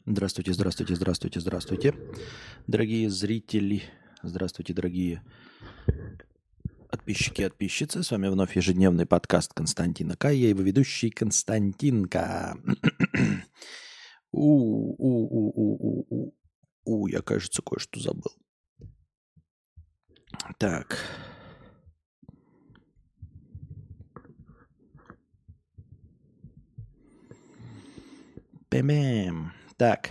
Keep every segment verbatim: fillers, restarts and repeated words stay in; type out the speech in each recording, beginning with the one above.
Здравствуйте, здравствуйте, здравствуйте, здравствуйте, дорогие зрители, здравствуйте, дорогие подписчики и подписчицы. С вами вновь ежедневный подкаст Константина К. Я его ведущий Константинка. У-у-у-у-у-у. Я, кажется, кое-что забыл. Так. Пэм. Так.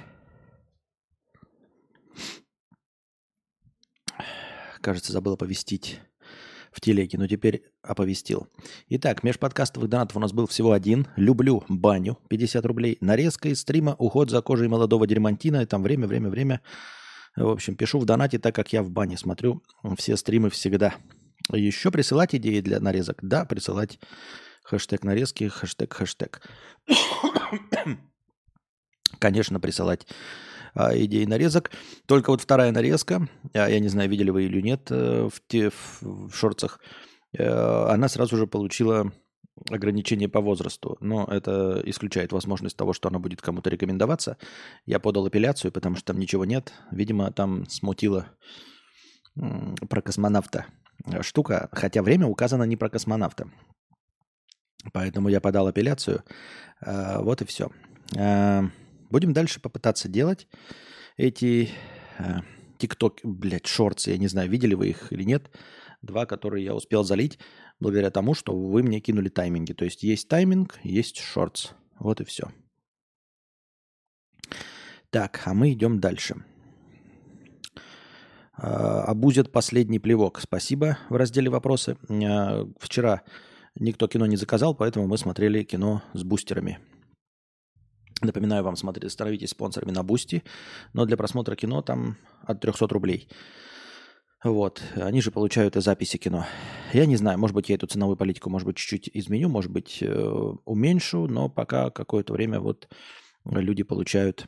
Кажется, забыл оповестить в телеге, но теперь оповестил. Итак, межподкастовых донатов у нас был всего один. Люблю баню, пятьдесят рублей. Нарезка из стрима, уход за кожей молодого дерьмантина. И там время, время, время. В общем, пишу в донате, так как я в бане смотрю все стримы всегда. Еще присылать идеи для нарезок? Да, присылать хэштег нарезки, хэштег, хэштег. Конечно, присылать а, идеи нарезок. Только вот вторая нарезка, я, я не знаю, видели вы или нет э, в, те, в, в шорцах, э, она сразу же получила ограничение по возрасту. Но это исключает возможность того, что она будет кому-то рекомендоваться. Я подал апелляцию, потому что там ничего нет. Видимо, там смутила м, про космонавта штука, хотя время указано не про космонавта. Поэтому я подал апелляцию. Э, вот и все. Э, Будем дальше попытаться делать эти тикток, э, блядь, шортсы. Я не знаю, видели вы их или нет. Два, которые я успел залить благодаря тому, что вы мне кинули тайминги. То есть есть тайминг, есть шортс. Вот и все. Так, а мы идем дальше. Э, обузят последний плевок. Спасибо в разделе «Вопросы». Э, вчера никто кино не заказал, поэтому мы смотрели кино с бустерами. Напоминаю вам, смотрите, становитесь спонсорами на Бусти, но для просмотра кино там от триста рублей. Вот, они же получают и записи кино. Я не знаю, может быть, я эту ценовую политику, может быть, чуть-чуть изменю, может быть, уменьшу, но пока какое-то время вот люди получают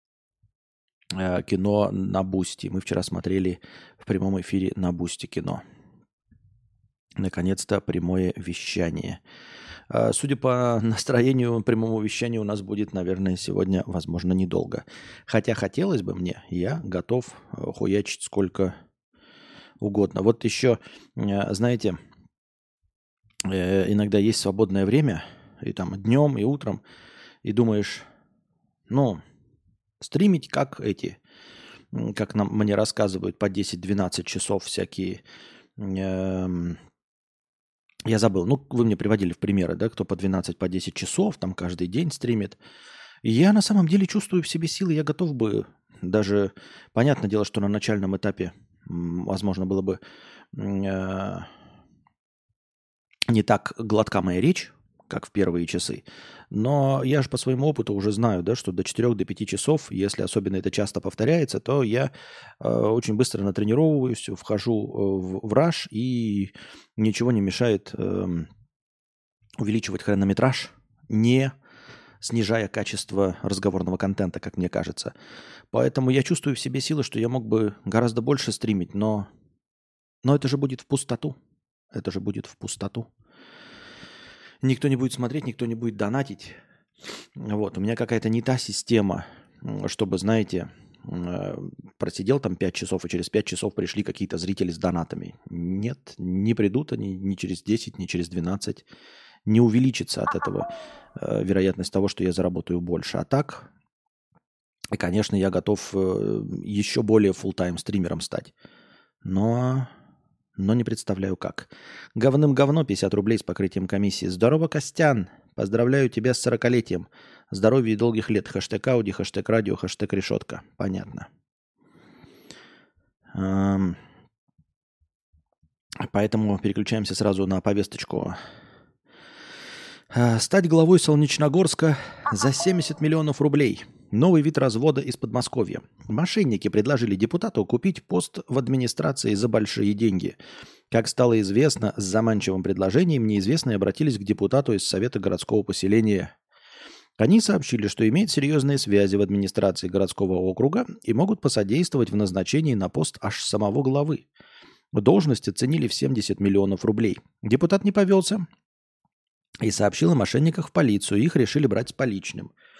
кино на Бусти. Мы вчера смотрели в прямом эфире на Бусти кино. Наконец-то прямое вещание. Судя по настроению, прямому вещанию у нас будет, наверное, сегодня, возможно, недолго. Хотя хотелось бы мне, я готов хуячить сколько угодно. Вот еще, знаете, иногда есть свободное время, и там днем, и утром, и думаешь, ну, стримить как эти, как нам, мне рассказывают, по десять-двенадцать часов всякие... Я забыл, ну, вы мне приводили в примеры, да, кто по двенадцать, по десять часов, там каждый день стримит. И я на самом деле чувствую в себе силы, я готов бы даже, понятное дело, что на начальном этапе, возможно, было бы э, не так гладка моя речь, как в первые часы, но я же по своему опыту уже знаю, да, что до четырёх до пяти часов, если особенно это часто повторяется, то я э, очень быстро натренировываюсь, вхожу в, в раж, и ничего не мешает э, увеличивать хронометраж, не снижая качество разговорного контента, как мне кажется. Поэтому я чувствую в себе силы, что я мог бы гораздо больше стримить, но, но это же будет в пустоту. Это же будет в пустоту. Никто не будет смотреть, никто не будет донатить. Вот, у меня какая-то не та система, чтобы, знаете, просидел там пять часов, и через пять часов пришли какие-то зрители с донатами. Нет, не придут они ни через десять, ни через двенадцать. Не увеличится от этого э, вероятность того, что я заработаю больше. А так, и, конечно, я готов э, еще более фулл-тайм стримером стать. Но... Но не представляю как. Говным говно, пятьдесят рублей с покрытием комиссии. Здорово, Костян. Поздравляю тебя с сорокалетием. Здоровья и долгих лет. Хэштег Ауди, хэштег радио, хэштег решетка. Понятно. Эм... Поэтому переключаемся сразу на повесточку. Стать главой Солнечногорска за семьдесят миллионов рублей. Новый вид развода из Подмосковья. Мошенники предложили депутату купить пост в администрации за большие деньги. Как стало известно, с заманчивым предложением неизвестные обратились к депутату из Совета городского поселения. Они сообщили, что имеют серьезные связи в администрации городского округа и могут посодействовать в назначении на пост аж самого главы. Должность оценили в семьдесят миллионов рублей. Депутат не повелся и сообщил о мошенниках в полицию. Их решили брать с поличным.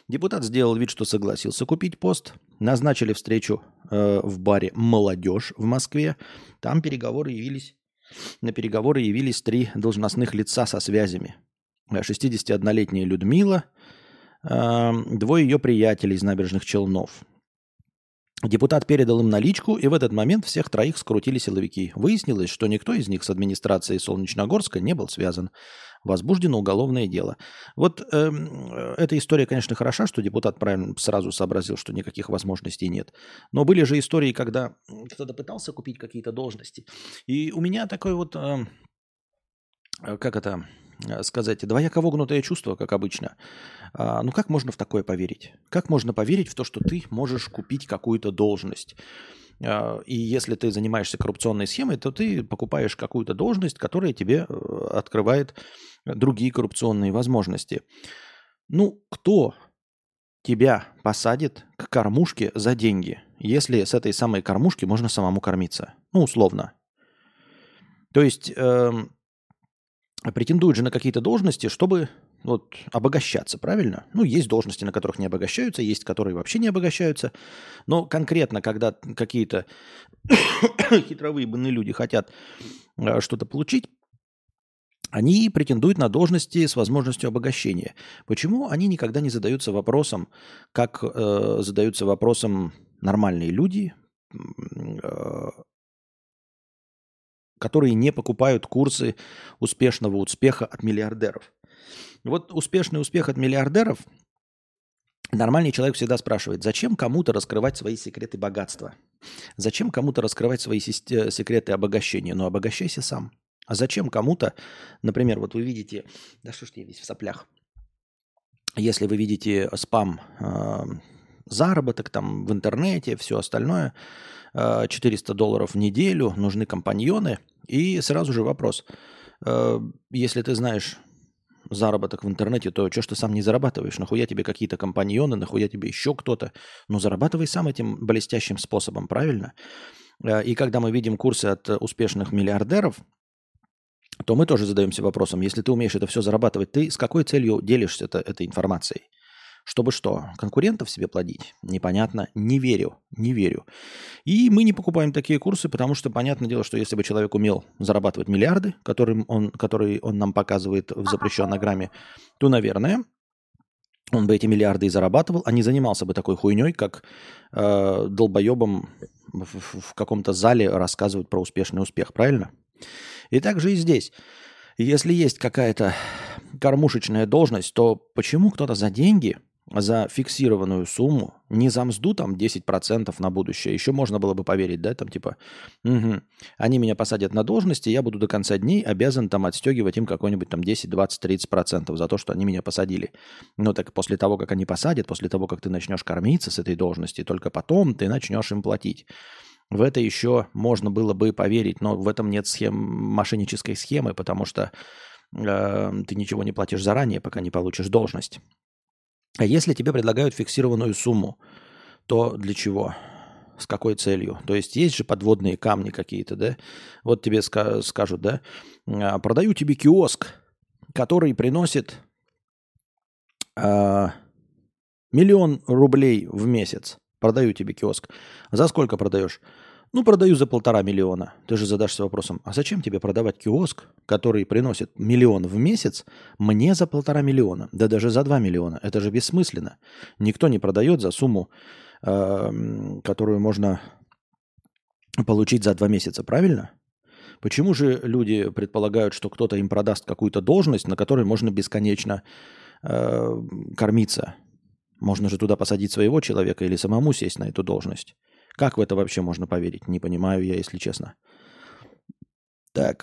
Депутат сделал вид, что согласился купить пост. Назначили встречу э, в баре «Молодежь» в Москве. Там переговоры явились, на переговоры явились три должностных лица со связями. шестидесятиоднолетняя Людмила, э, двое ее приятелей из Набережных Челнов. Депутат передал им наличку, и в этот момент всех троих скрутили силовики. Выяснилось, что никто из них с администрацией Солнечногорска не был связан. Возбуждено уголовное дело. Вот э, эта история, конечно, хороша, что депутат правильно сразу сообразил, что никаких возможностей нет. Но были же истории, когда кто-то пытался купить какие-то должности. И у меня такое вот, э, как это сказать, двояко вогнутое чувство, как обычно. А, ну как можно в такое поверить? Как можно поверить в то, что ты можешь купить какую-то должность? А, и если ты занимаешься коррупционной схемой, то ты покупаешь какую-то должность, которая тебе открывает другие коррупционные возможности. Ну, кто тебя посадит к кормушке за деньги, если с этой самой кормушки можно самому кормиться? Ну, условно. То есть... Э, претендуют же на какие-то должности, чтобы вот, обогащаться, правильно? Ну, есть должности, на которых не обогащаются, есть, которые вообще не обогащаются. Но конкретно, когда какие-то хитровыебанные люди хотят э, что-то получить, они претендуют на должности с возможностью обогащения. Почему они никогда не задаются вопросом, как э, задаются вопросом нормальные люди, э, которые не покупают курсы успешного успеха от миллиардеров. Вот успешный успех от миллиардеров, нормальный человек всегда спрашивает, зачем кому-то раскрывать свои секреты богатства? Зачем кому-то раскрывать свои секреты обогащения? Ну, обогащайся сам. А зачем кому-то, например, вот вы видите, да что ж я весь в соплях, если вы видите спам, э, заработок там в интернете, все остальное, четыреста долларов в неделю, нужны компаньоны. И сразу же вопрос. Если ты знаешь заработок в интернете, то что ж ты сам не зарабатываешь? Нахуя тебе какие-то компаньоны, нахуя тебе еще кто-то? Ну, зарабатывай сам этим блестящим способом, правильно? И когда мы видим курсы от успешных миллиардеров, то мы тоже задаемся вопросом, если ты умеешь это все зарабатывать, ты с какой целью делишься это, этой информацией? Чтобы что, конкурентов себе плодить? Непонятно. Не верю, не верю. И мы не покупаем такие курсы, потому что, понятное дело, что если бы человек умел зарабатывать миллиарды, которым он, которые он нам показывает в запрещенной грамме, то, наверное, он бы эти миллиарды и зарабатывал, а не занимался бы такой хуйней, как э, долбоебом в, в каком-то зале рассказывать про успешный успех, правильно? И так же и здесь. Если есть какая-то кормушечная должность, то почему кто-то за деньги, за фиксированную сумму, не за мзду там десять процентов на будущее, еще можно было бы поверить, да, там типа, угу, они меня посадят на должности, я буду до конца дней обязан там отстегивать им какой-нибудь там десять, двадцать, тридцать процентов за то, что они меня посадили. Но так после того, как они посадят, после того, как ты начнешь кормиться с этой должности, только потом ты начнешь им платить. В это еще можно было бы поверить, но в этом нет схем, мошеннической схемы, потому что э, ты ничего не платишь заранее, пока не получишь должность. А если тебе предлагают фиксированную сумму, то для чего? С какой целью? То есть есть же подводные камни какие-то, да? Вот тебе ска- скажут, да? Продаю тебе киоск, который приносит э, миллион рублей в месяц. Продаю тебе киоск. За сколько продаешь? Ну, продаю за полтора миллиона. Ты же задашься вопросом, а зачем тебе продавать киоск, который приносит миллион в месяц, мне за полтора миллиона? Да даже за два миллиона. Это же бессмысленно. Никто не продает за сумму, э, которую можно получить за два месяца, правильно? Почему же люди предполагают, что кто-то им продаст какую-то должность, на которой можно бесконечно э, кормиться? Можно же туда посадить своего человека или самому сесть на эту должность. Как в это вообще можно поверить? Не понимаю я, если честно. Так.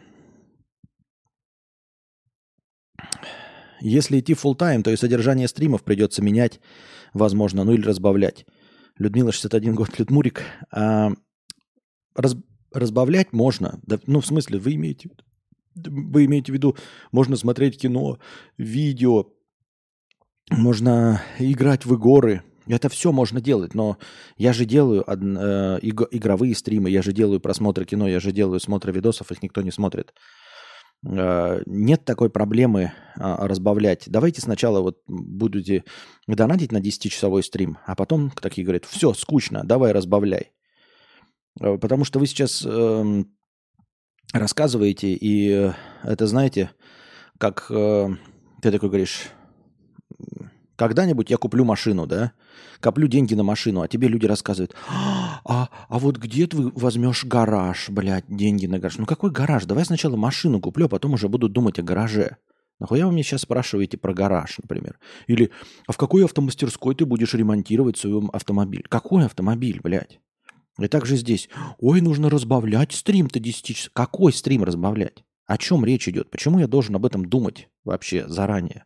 Если идти фулл-тайм, то и содержание стримов придется менять, возможно, ну или разбавлять. Людмила, шестьдесят один год, Людмурик. А, раз, разбавлять можно. Да, ну, в смысле, вы имеете, вы имеете в виду, можно смотреть кино, видео, можно играть в игры. Это все можно делать, но я же делаю од... э, иг... игровые стримы, я же делаю просмотры кино, я же делаю смотры видосов, их никто не смотрит. Э, Нет такой проблемы а, разбавлять. Давайте сначала вот будете донатить на десятичасовой стрим, а потом такие говорят, все, скучно, давай разбавляй. Э, Потому что вы сейчас эм, рассказываете, и э, это, знаете, как э, ты такой говоришь, когда-нибудь я куплю машину, да? Коплю деньги на машину, а тебе люди рассказывают, а, а вот где ты возьмешь гараж, блядь, деньги на гараж? Ну какой гараж? Давай сначала машину куплю, а потом уже буду думать о гараже. Нахуя вы мне сейчас спрашиваете про гараж, например? Или, а в какой автомастерской ты будешь ремонтировать свой автомобиль? Какой автомобиль, блядь? И также здесь. Ой, нужно разбавлять стрим-то десять часов. Какой стрим разбавлять? О чем речь идет? Почему я должен об этом думать вообще заранее?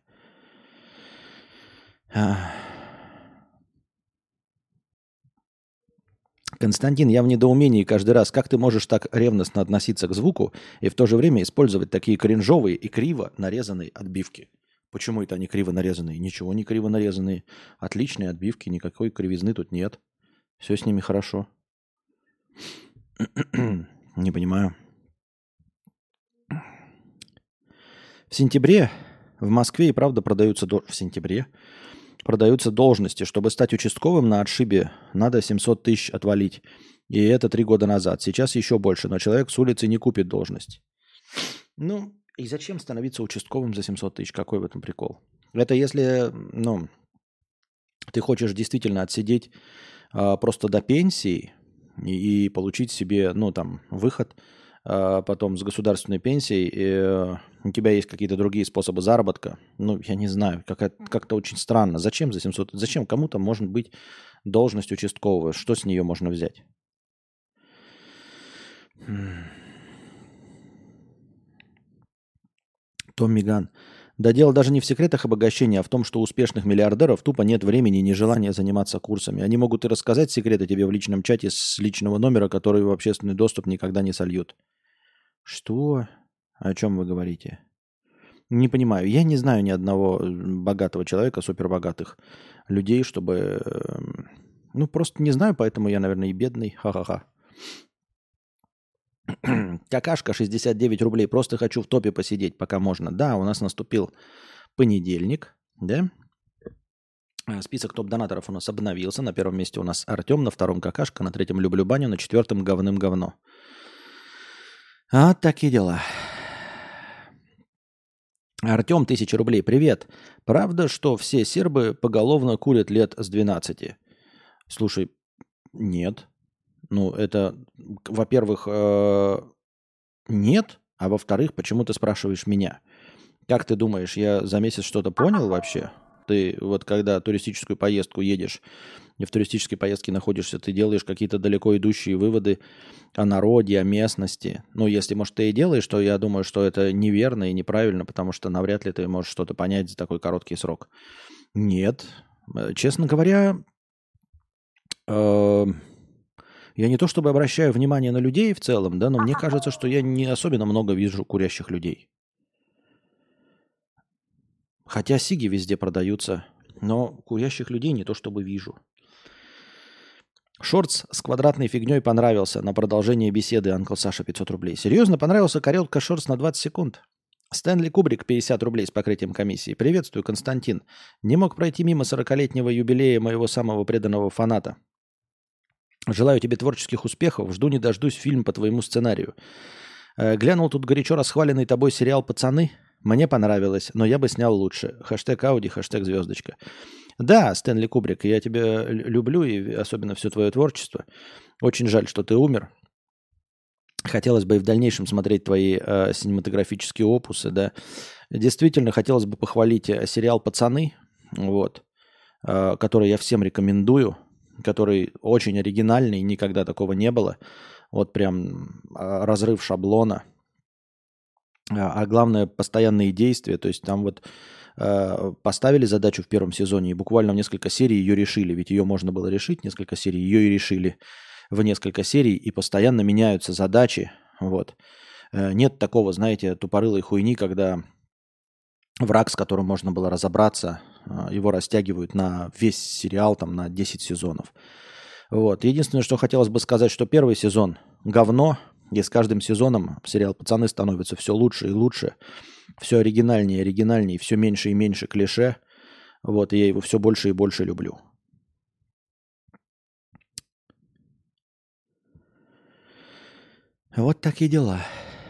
А, Константин, я в недоумении каждый раз. Как ты можешь так ревностно относиться к звуку и в то же время использовать такие кринжовые и криво нарезанные отбивки? Почему это они криво нарезанные? Ничего не криво нарезанные. Отличные отбивки, никакой кривизны тут нет. Все с ними хорошо. Не понимаю. В сентябре в Москве и правда продаются... До... В сентябре продаются должности. Чтобы стать участковым на отшибе, надо семьсот тысяч отвалить. И это три года назад. Сейчас еще больше, но человек с улицы не купит должность. Ну, и зачем становиться участковым за семьсот тысяч? Какой в этом прикол? Это если, ну, ты хочешь действительно отсидеть а, просто до пенсии и, и получить себе, ну, там, выход а, потом с государственной пенсией, и, э, у тебя есть какие-то другие способы заработка, ну, я не знаю, как- как-то очень странно. Зачем за семьсот? Зачем кому-то может быть должность участкового? Что с нее можно взять? Том Миган. Да дело даже не в секретах обогащения, а в том, что у успешных миллиардеров тупо нет времени и ни желания заниматься курсами. Они могут и рассказать секреты тебе в личном чате с личного номера, который в общественный доступ никогда не сольют. Что? О чем вы говорите? Не понимаю. Я не знаю ни одного богатого человека, супербогатых людей, чтобы... эм, Ну, просто не знаю, поэтому я, наверное, и бедный. Ха-ха-ха. Какашка шестьдесят девять рублей. Просто хочу в топе посидеть, пока можно. Да, у нас наступил понедельник, да? А, Список топ-донаторов у нас обновился. На первом месте у нас Артем, на втором Какашка, на третьем Люблю Баню, на четвертом Говным Говно. А такие дела. Артем, тысяча рублей. Привет. Правда, что все сербы поголовно курят лет с двенадцати? Слушай, нет. Ну, это, к- во-первых, э, нет, а во-вторых, почему ты спрашиваешь меня? Как ты думаешь, я за месяц что-то понял вообще? Ты вот когда туристическую поездку едешь и в туристической поездке находишься, ты делаешь какие-то далеко идущие выводы о народе, о местности. Ну, если, может, ты и делаешь, то я думаю, что это неверно и неправильно, потому что навряд ли ты можешь что-то понять за такой короткий срок. Нет. Э, Честно говоря, э, я не то чтобы обращаю внимание на людей в целом, да, но мне кажется, что я не особенно много вижу курящих людей. Хотя сиги везде продаются, но курящих людей не то чтобы вижу. Шортс с квадратной фигней понравился. На продолжение беседы Анкл Саша пятьсот рублей. Серьезно, понравился коротко шортс на двадцать секунд? Стэнли Кубрик пятьдесят рублей с покрытием комиссии. Приветствую, Константин. Не мог пройти мимо сорокалетнего юбилея моего самого преданного фаната. Желаю тебе творческих успехов. Жду не дождусь фильм по твоему сценарию. Э, Глянул тут горячо расхваленный тобой сериал «Пацаны». Мне понравилось, но я бы снял лучше. Хэштег Ауди, хэштег звездочка. Да, Стэнли Кубрик, я тебя лю- люблю, и особенно все твое творчество. Очень жаль, что ты умер. Хотелось бы и в дальнейшем смотреть твои э, синематографические опусы, да. Действительно, хотелось бы похвалить э, сериал «Пацаны», вот, э, который я всем рекомендую, который очень оригинальный, никогда такого не было. Вот прям э, разрыв шаблона. А а главное, постоянные действия. То есть там вот э, поставили задачу в первом сезоне и буквально в несколько серий ее решили. Ведь ее можно было решить, несколько серий, ее и решили в несколько серий, и постоянно меняются задачи. Вот. Э, Нет такого, знаете, тупорылой хуйни, когда враг, с которым можно было разобраться, э, его растягивают на весь сериал, там, на десять сезонов. Вот. Единственное, что хотелось бы сказать, что первый сезон говно, И с каждым сезоном сериал «Пацаны» становится все лучше и лучше, все оригинальнее и оригинальнее, все меньше и меньше клише. Вот, и я его все больше и больше люблю. Вот такие дела.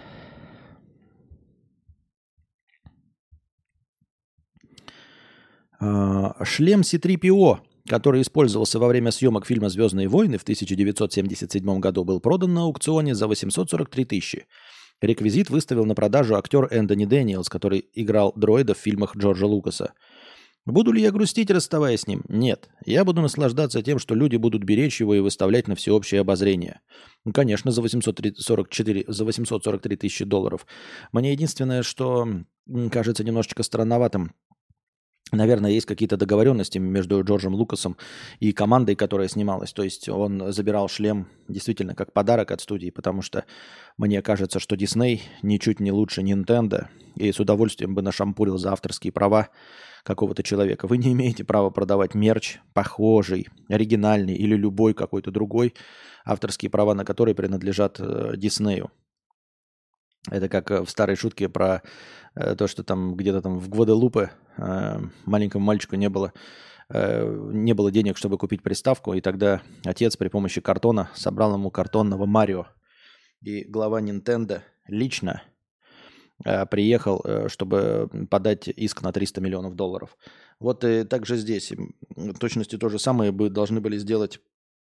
А, шлем си три пи о, который использовался во время съемок фильма «Звездные войны» в тысяча девятьсот семьдесят седьмом году, был продан на аукционе за восемьсот сорок три тысячи. Реквизит выставил на продажу актер Энтони Дэниелс, который играл дроида в фильмах Джорджа Лукаса. Буду ли я грустить, расставаясь с ним? Нет. Я буду наслаждаться тем, что люди будут беречь его и выставлять на всеобщее обозрение. Ну, конечно, за восемьсот сорок четыре, за восемьсот сорок три тысячи долларов. Мне единственное, что кажется немножечко странноватым. Наверное, есть какие-то договоренности между Джорджем Лукасом и командой, которая снималась. То есть он забирал шлем действительно как подарок от студии, потому что мне кажется, что Дисней ничуть не лучше Nintendo и с удовольствием бы нашампурил за авторские права какого-то человека. Вы не имеете права продавать мерч похожий, оригинальный или любой какой-то другой, авторские права на который принадлежат э, Диснею. Это как в старой шутке про э, то, что там где-то там в Гваделупе э, маленькому мальчику не было, э, не было денег, чтобы купить приставку, и тогда отец при помощи картона собрал ему картонного Марио. И глава Nintendo лично э, приехал, э, чтобы подать иск на триста миллионов долларов. Вот и также здесь в точности то же самое бы должны были сделать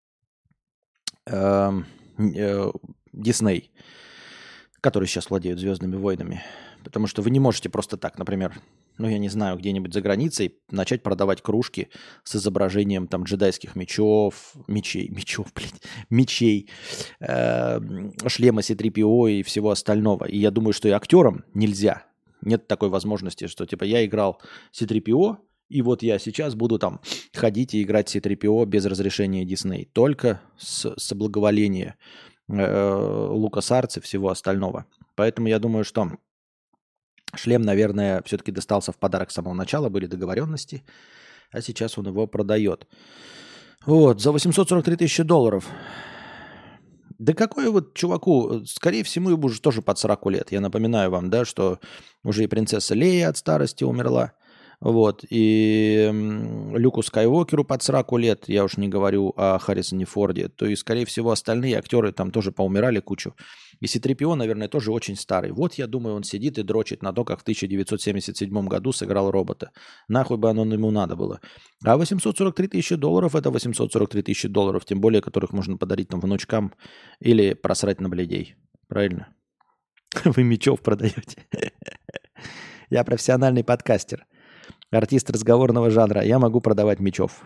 э, э, Disney, которые сейчас владеют «Звездными войнами». Потому что вы не можете просто так, например, ну, я не знаю, где-нибудь за границей начать продавать кружки с изображением там джедайских мечов, мечей, мечов, блядь, мечей, э, шлема си три пи о и всего остального. И я думаю, что и актерам нельзя. Нет такой возможности, что типа я играл си три пи о, и вот я сейчас буду там ходить и играть си три пи о без разрешения Disney. Только с соблаговоления LucasArts и всего остального. Поэтому я думаю, что шлем, наверное, все-таки достался в подарок с самого начала, были договоренности, а сейчас он его продает. Вот, за восемьсот сорок три тысячи долларов. Да какой вот чуваку, скорее всего, ему уже тоже под сорок лет. Я напоминаю вам, да, что уже и принцесса Лея от старости умерла. Вот, и Люку Скайуокеру под сорок лет, я уж не говорю о Харрисоне Форде, то и, скорее всего, остальные актеры там тоже поумирали кучу. И си три пи о, наверное, тоже очень старый. Вот, я думаю, он сидит и дрочит на то, как в тысяча девятьсот семьдесят седьмом году сыграл робота. Нахуй бы оно ему надо было. А восемьсот сорок три тысячи долларов – это восемьсот сорок три тысячи долларов, тем более, которых можно подарить там внучкам или просрать на блядей. Правильно? Вы мечов продаете. Я профессиональный подкастер. Артист разговорного жанра. Я могу продавать мечов.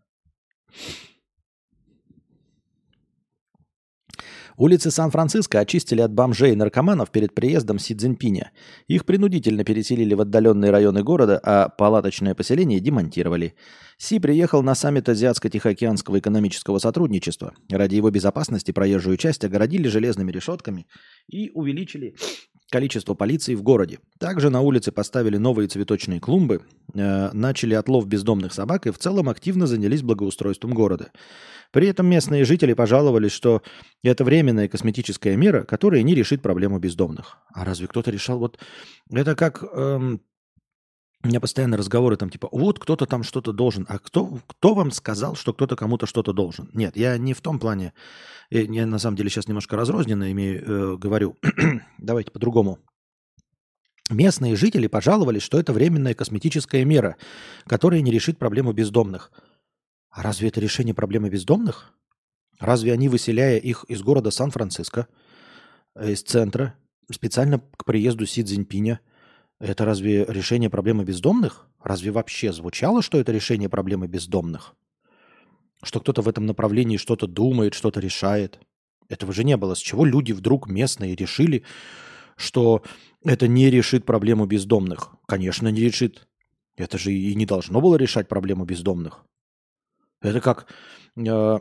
Улицы Сан-Франциско очистили от бомжей и наркоманов перед приездом Си Цзиньпиня. Их принудительно переселили в отдаленные районы города, а палаточное поселение демонтировали. Си приехал на саммит Азиатско-Тихоокеанского экономического сотрудничества. Ради его безопасности проезжую часть огородили железными решетками и увеличили количество полиции в городе. Также на улице поставили новые цветочные клумбы, э, начали отлов бездомных собак и в целом активно занялись благоустройством города. При этом местные жители пожаловались, что это временная косметическая мера, которая не решит проблему бездомных. А разве кто-то решал? Вот это как... Эм, у меня постоянно разговоры там типа, вот кто-то там что-то должен. А кто, кто вам сказал, что кто-то кому-то что-то должен? Нет, я не в том плане. Я на самом деле сейчас немножко разрозненно имею, э, говорю. Давайте по-другому. Местные жители пожаловались, что это временная косметическая мера, которая не решит проблему бездомных. А разве это решение проблемы бездомных? Разве они, выселяя их из города Сан-Франциско, из центра, специально к приезду Си Цзиньпиня, это разве решение проблемы бездомных? Разве вообще звучало, что это решение проблемы бездомных? Что кто-то в этом направлении что-то думает, что-то решает? Этого же не было. С чего люди вдруг местные решили, что это не решит проблему бездомных? Конечно, не решит. Это же и не должно было решать проблему бездомных. Это как... Э,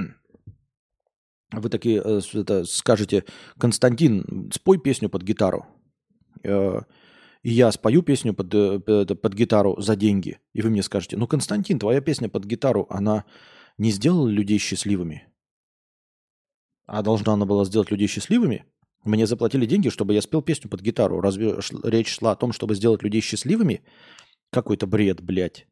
вы такие э, это, скажете, Константин, спой песню под гитару. Э, и я спою песню под, под, под гитару за деньги. И вы мне скажете, ну, Константин, твоя песня под гитару, она не сделала людей счастливыми? А должна она была сделать людей счастливыми? Мне заплатили деньги, чтобы я спел песню под гитару. Разве шл- речь шла о том, чтобы сделать людей счастливыми? Какой-то бред, блядь.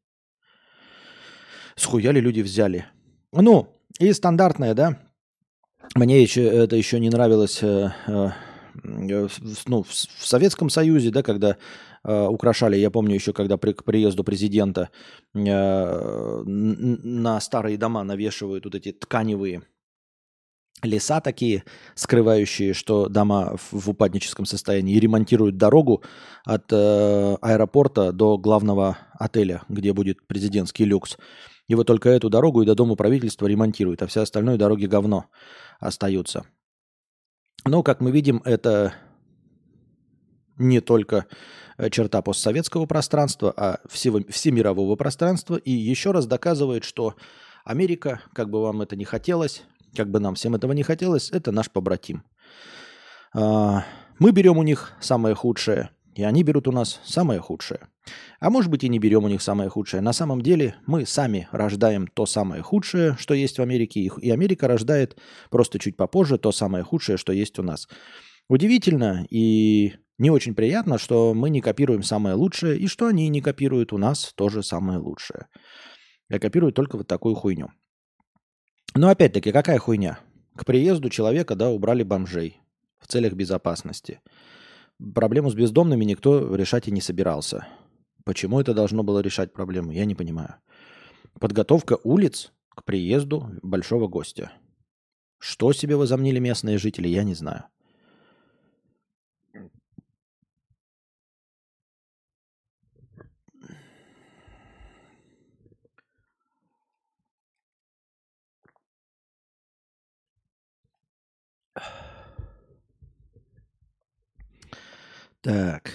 Схуяли люди взяли. Ну, и стандартное, да? Мне еще, это еще не нравилось э, э, э, в- ну, в, С- в Советском Союзе, да, когда э, украшали, я помню еще, когда при, к приезду президента э, н- н- на старые дома навешивают вот эти тканевые леса такие, скрывающие, что дома в, в упадническом состоянии, и ремонтируют дорогу от э, аэропорта до главного отеля, где будет президентский люкс. И вот только эту дорогу и до дома правительства ремонтируют, а все остальные дороги говно остаются. Но, как мы видим, это не только э, черта постсоветского пространства, а всего, всемирового пространства. И еще раз доказывает, что Америка, как бы вам это ни хотелось, как бы нам всем этого не хотелось, это наш побратим. А, Мы берем у них самое худшее, и они берут у нас самое худшее. А может быть и не берем у них самое худшее. На самом деле мы сами рождаем то самое худшее, что есть в Америке, и и Америка рождает просто чуть попозже то самое худшее, что есть у нас. Удивительно и не очень приятно, что мы не копируем самое лучшее, и что они не копируют у нас тоже самое лучшее. А копируют только вот такую хуйню. Но опять-таки, какая хуйня? К приезду человека, да, убрали бомжей в целях безопасности. Проблему с бездомными никто решать и не собирался. Почему это должно было решать проблему, я не понимаю. Подготовка улиц к приезду большого гостя. Что себе возомнили местные жители, я не знаю. Так.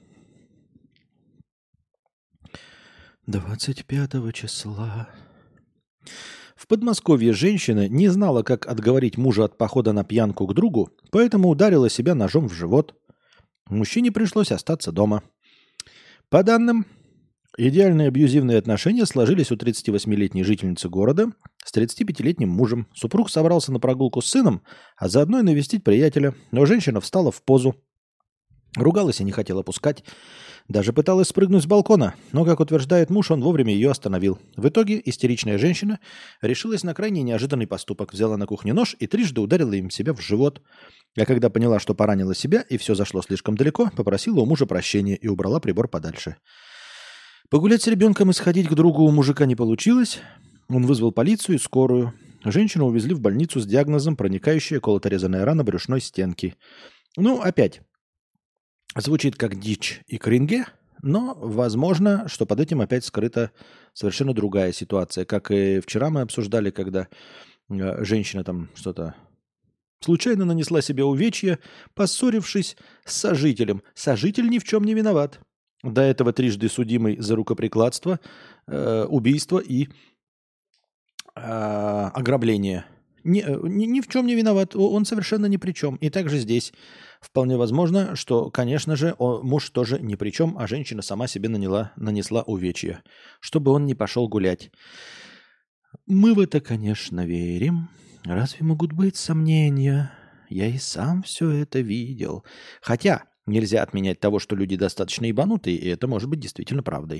двадцать пятого числа. В Подмосковье женщина не знала, как отговорить мужа от похода на пьянку к другу, поэтому ударила себя ножом в живот. Мужчине пришлось остаться дома. По данным, идеальные абьюзивные отношения сложились у тридцативосьмилетней жительницы города с тридцатипятилетним мужем. Супруг собрался на прогулку с сыном, а заодно и навестить приятеля, но женщина встала в позу, ругалась и не хотела пускать. Даже пыталась спрыгнуть с балкона, но, как утверждает муж, он вовремя ее остановил. В итоге истеричная женщина решилась на крайне неожиданный поступок. Взяла на кухне нож и трижды ударила им себя в живот. А когда поняла, что поранила себя и все зашло слишком далеко, попросила у мужа прощения и убрала прибор подальше. Погулять с ребенком и сходить к другу у мужика не получилось. Он вызвал полицию и скорую. Женщину увезли в больницу с диагнозом проникающая колото-резаная рана брюшной стенки. Ну, опять. Звучит как дичь и кринге, но возможно, что под этим опять скрыта совершенно другая ситуация. Как и вчера мы обсуждали, когда э, женщина там что-то случайно нанесла себе увечья, поссорившись с сожителем. Сожитель ни в чем не виноват. До этого трижды судимый за рукоприкладство, э, убийство и э, ограбление. Ни, э, ни, ни в чем не виноват, о- он совершенно ни при чем. И также здесь вполне возможно, что, конечно же, о- муж тоже ни при чем, а женщина сама себе наняла, нанесла увечья, чтобы он не пошел гулять. Мы в это, конечно, верим. Разве могут быть сомнения? Я и сам все это видел. Хотя нельзя отменять того, что люди достаточно ебанутые, и это может быть действительно правдой.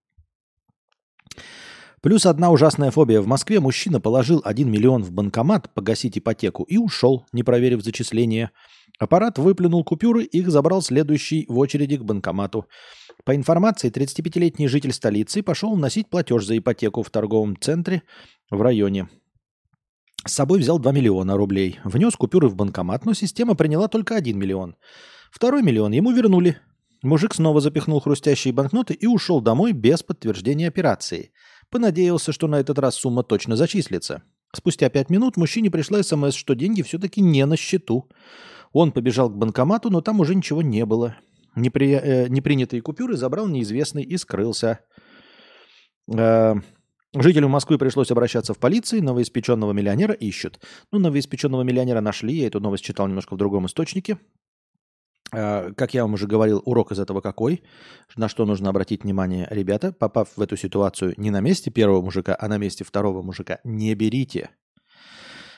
Плюс одна ужасная фобия. В Москве мужчина положил один миллион в банкомат погасить ипотеку и ушел, не проверив зачисления. Аппарат выплюнул купюры, их забрал следующий в очереди к банкомату. По информации, тридцатипятилетний житель столицы пошел вносить платеж за ипотеку в торговом центре в районе. С собой взял два миллиона рублей. Внес купюры в банкомат, но система приняла только один миллион. Второй миллион ему вернули. Мужик снова запихнул хрустящие банкноты и ушел домой без подтверждения операции. Понадеялся, что на этот раз сумма точно зачислится. Спустя пять минут мужчине пришла смс, что деньги все-таки не на счету. Он побежал к банкомату, но там уже ничего не было. Непри... э, непринятые купюры забрал неизвестный и скрылся. Э, Жителю Москвы пришлось обращаться в полицию, новоиспеченного миллионера ищут. Ну, новоиспеченного миллионера нашли, я эту новость читал немножко в другом источнике. Э, Как я вам уже говорил, урок из этого какой? На что нужно обратить внимание, ребята, попав в эту ситуацию не на месте первого мужика, а на месте второго мужика, не берите.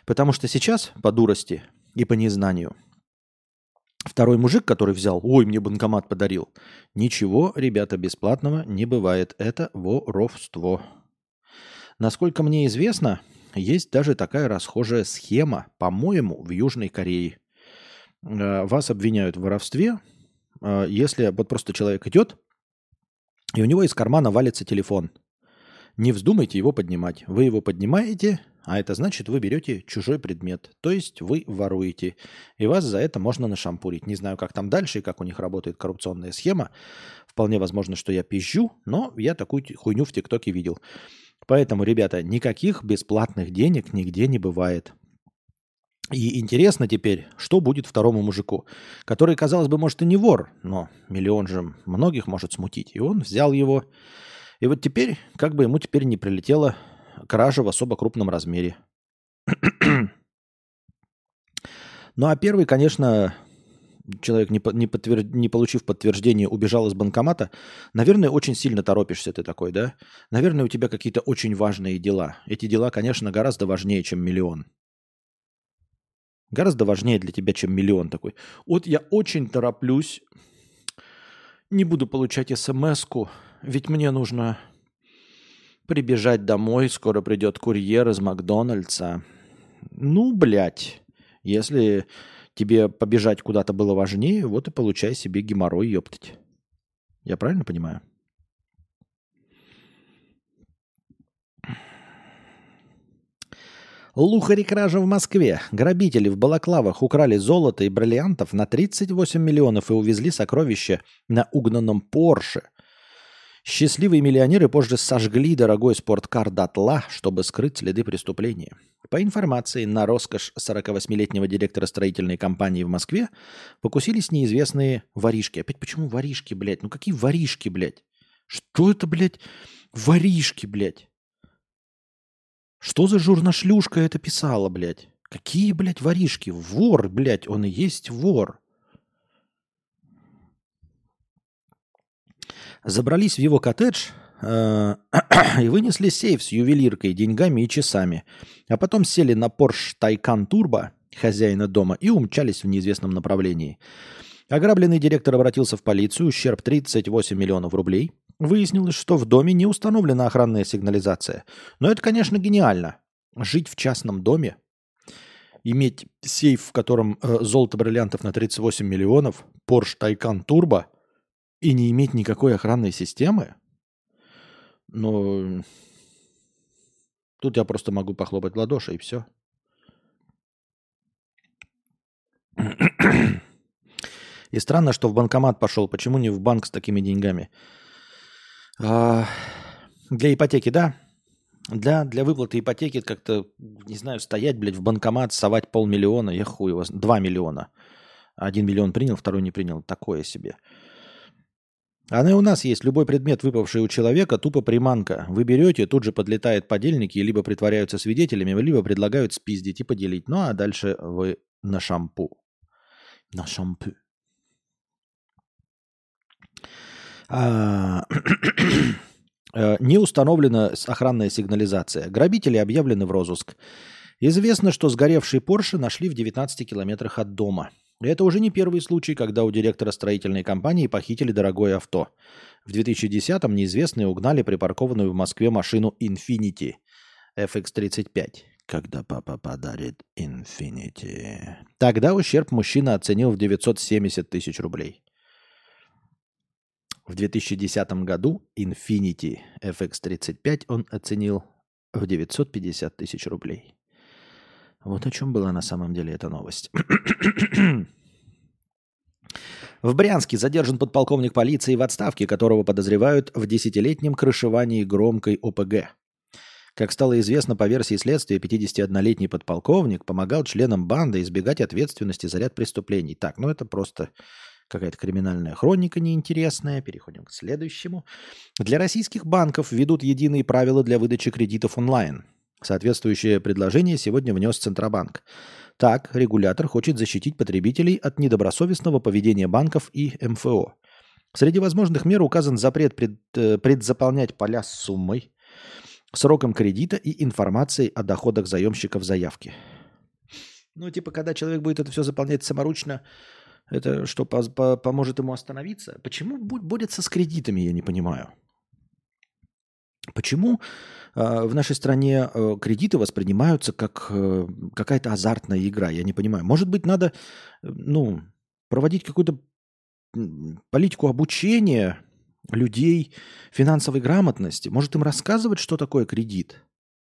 Потому что сейчас, по дурости и по незнанию, второй мужик, который взял, ой, мне банкомат подарил. Ничего, ребята, бесплатного не бывает. Это воровство. Насколько мне известно, есть даже такая расхожая схема, по-моему, в Южной Корее. Э, Вас обвиняют в воровстве, э, если вот просто человек идет, и у него из кармана валится телефон. Не вздумайте его поднимать. Вы его поднимаете, а это значит, вы берете чужой предмет. То есть вы воруете. И вас за это можно нашампурить. Не знаю, как там дальше и как у них работает коррупционная схема. Вполне возможно, что я пизжу, но я такую хуйню в ТикТоке видел. Поэтому, ребята, никаких бесплатных денег нигде не бывает. И интересно теперь, что будет второму мужику, который, казалось бы, может и не вор, но миллион же многих может смутить. И он взял его. И вот теперь, как бы ему теперь не прилетела кража в особо крупном размере. Ну а первый, конечно, человек, не, по- не, подтвер- не получив подтверждения, убежал из банкомата. Наверное, очень сильно торопишься ты такой, да? Наверное, у тебя какие-то очень важные дела. Эти дела, конечно, гораздо важнее, чем миллион. Гораздо важнее для тебя, чем миллион такой. Вот я очень тороплюсь, не буду получать смс-ку, ведь мне нужно прибежать домой, скоро придет курьер из Макдональдса. Ну, блядь, если тебе побежать куда-то было важнее, вот и получай себе геморрой, ёптать. Я правильно понимаю? Лухари-кража в Москве. Грабители в балаклавах украли золото и бриллиантов на тридцать восемь миллионов и увезли сокровища на угнанном Порше. Счастливые миллионеры позже сожгли дорогой спорткар дотла, чтобы скрыть следы преступления. По информации, на роскошь сорокавосьмилетнего директора строительной компании в Москве покусились неизвестные воришки. Опять почему воришки, блядь? Ну какие воришки, блядь? Что это, блядь? Воришки, блядь. Что за журношлюшка это писала, блядь? Какие, блядь, воришки? Вор, блядь, он и есть вор. Забрались в его коттедж э, и вынесли сейф с ювелиркой, деньгами и часами. А потом сели на Porsche Taycan Turbo хозяина дома и умчались в неизвестном направлении. Ограбленный директор обратился в полицию, ущерб тридцать восемь миллионов рублей. Выяснилось, что в доме не установлена охранная сигнализация. Но это, конечно, гениально. Жить в частном доме, иметь сейф, в котором э, золото бриллиантов на тридцать восемь миллионов, Porsche Taycan Turbo, и не иметь никакой охранной системы, ну, тут я просто могу похлопать в ладоши, и все. И странно, что в банкомат пошел. Почему не в банк с такими деньгами? А, для ипотеки, да. Для, для выплаты ипотеки как-то, не знаю, стоять, блядь, в банкомат, совать полмиллиона, я хуй его, два миллиона. Один миллион принял, второй не принял. Такое себе. Она и у нас есть. Любой предмет, выпавший у человека, тупо приманка. Вы берете, тут же подлетают подельники, и либо притворяются свидетелями, либо предлагают спиздить и поделить. Ну, а дальше вы на шампу. На шампу. А, э, Не установлена с- охранная сигнализация. Грабители объявлены в розыск. Известно, что сгоревший Порше нашли в девятнадцати километрах от дома. И это уже не первый случай, когда у директора строительной компании похитили дорогое авто. В две тысячи десятом неизвестные угнали припаркованную в Москве машину Infiniti эф икс тридцать пять. Когда папа подарит Infiniti. Тогда ущерб мужчина оценил в девятьсот семьдесят тысяч рублей. В две тысячи десятом году Infiniti эф икс тридцать пять он оценил в девятьсот пятьдесят тысяч рублей. Вот о чем была на самом деле эта новость. В Брянске задержан подполковник полиции в отставке, которого подозревают в десятилетнем крышевании громкой о пэ гэ. Как стало известно по версии следствия, пятидесятиоднолетний подполковник помогал членам банды избегать ответственности за ряд преступлений. Так, ну это просто какая-то криминальная хроника неинтересная. Переходим к следующему. Для российских банков ведут единые правила для выдачи кредитов онлайн. Соответствующее предложение сегодня внес Центробанк. Так, регулятор хочет защитить потребителей от недобросовестного поведения банков и эм эф о. Среди возможных мер указан запрет пред, э, предзаполнять поля с суммой, сроком кредита и информацией о доходах заемщиков заявки. Ну, типа, когда человек будет это все заполнять саморучно, это что, по- по- поможет ему остановиться? Почему бу- борется с кредитами, я не понимаю. Почему э, в нашей стране э, кредиты воспринимаются как э, какая-то азартная игра? Я не понимаю. Может быть, надо, э, ну, проводить какую-то м, политику обучения людей финансовой грамотности? Может, им рассказывать, что такое кредит?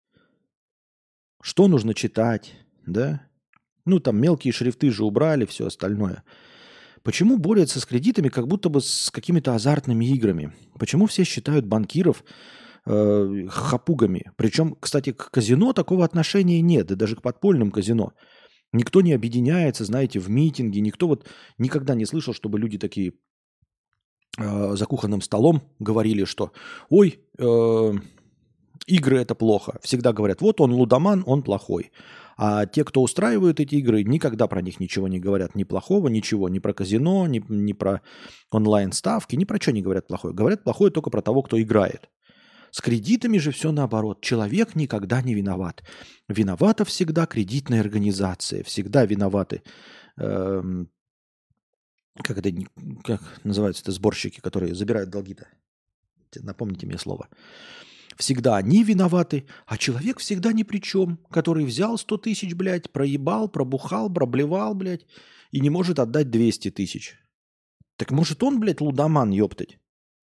Что нужно читать, да? Ну, там мелкие шрифты же убрали, все остальное. Почему борются с кредитами, как будто бы с какими-то азартными играми? Почему все считают банкиров э, хапугами? Причем, кстати, к казино такого отношения нет, и даже к подпольным казино. Никто не объединяется, знаете, в митинги, никто вот никогда не слышал, чтобы люди такие э, за кухонным столом говорили, что «Ой, э, игры это плохо». Всегда говорят, вот он лудоман, он плохой. А те, кто устраивают эти игры, никогда про них ничего не говорят. Ни плохого, ничего. Ни про казино, ни, ни про онлайн-ставки, ни про что не говорят плохое. Говорят плохое только про того, кто играет. С кредитами же все наоборот. Человек никогда не виноват. Виновата всегда кредитная организация. Всегда виноваты. эм, как это, не- как называются-то сборщики, которые забирают долги-то? Напомните мне слово. Всегда они виноваты, а человек всегда ни при чем, который взял сто тысяч, блядь, проебал, пробухал, проблевал, блядь, и не может отдать двести тысяч. Так может он, блядь, лудоман, ёптать?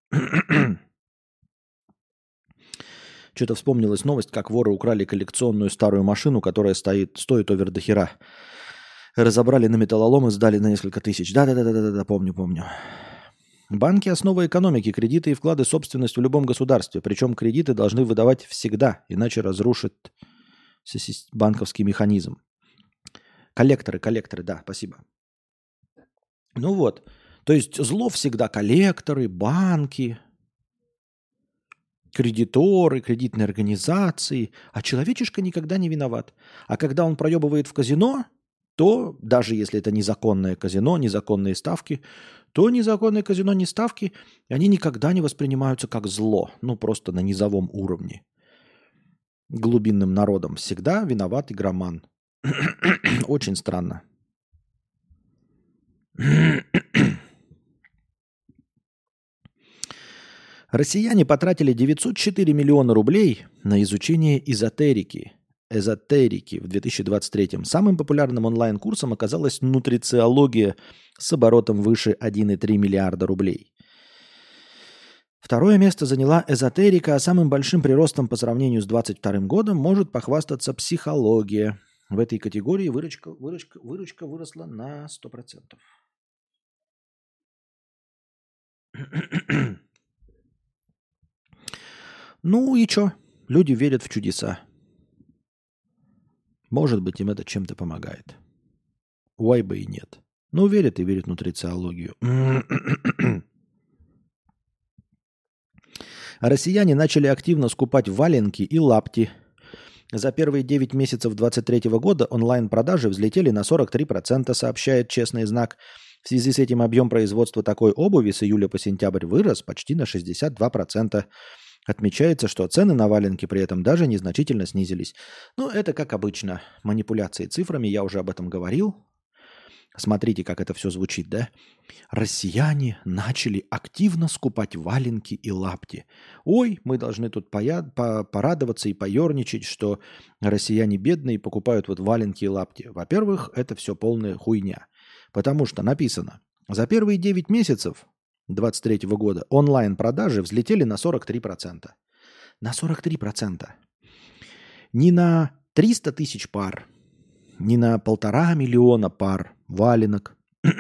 Что-то вспомнилась новость, как воры украли коллекционную старую машину, которая стоит, стоит овер до хера. Разобрали на металлолом и сдали на несколько тысяч. Да-да-да-да-да, помню, помню. Банки – основа экономики, кредиты и вклады – собственность в любом государстве. Причем кредиты должны выдавать всегда, иначе разрушит банковский механизм. Коллекторы, коллекторы, да, спасибо. Ну вот, то есть зло всегда коллекторы, банки, кредиторы, кредитные организации, а человечишка никогда не виноват. А когда он проебывает в казино, то даже если это незаконное казино, незаконные ставки, то незаконные казино, не ставки, они никогда не воспринимаются как зло, ну просто на низовом уровне. Глубинным народом всегда виноват игроман. Очень странно. Россияне потратили девятьсот четыре миллиона рублей на изучение эзотерики. Эзотерики в две тысячи двадцать третьем. Самым популярным онлайн-курсом оказалась нутрициология с оборотом выше один и три миллиарда рублей. Второе место заняла эзотерика, а самым большим приростом по сравнению с двадцать вторым годом может похвастаться психология. В этой категории выручка, выручка, выручка выросла на сто процентов. Ну и что? Люди верят в чудеса. Может быть, им это чем-то помогает. Why бы и нет. Ну, верят и верят в нутрициологию. Россияне начали активно скупать валенки и лапти. За первые девять месяцев две тысячи двадцать третьего года онлайн-продажи взлетели на сорок три процента, сообщает «Честный знак». В связи с этим объем производства такой обуви с июля по сентябрь вырос почти на шестьдесят два процента. Отмечается, что цены на валенки при этом даже незначительно снизились. Ну, это как обычно. Манипуляции цифрами, я уже об этом говорил. Смотрите, как это все звучит, да? Россияне начали активно скупать валенки и лапти. Ой, мы должны тут поя- по- порадоваться и поерничать, что россияне бедные покупают вот валенки и лапти. Во-первых, это все полная хуйня. Потому что написано, за первые девять месяцев двадцать третьего года онлайн-продажи взлетели на сорок три процента. На сорок три процента. Не на триста тысяч пар, не на полтора миллиона пар валенок,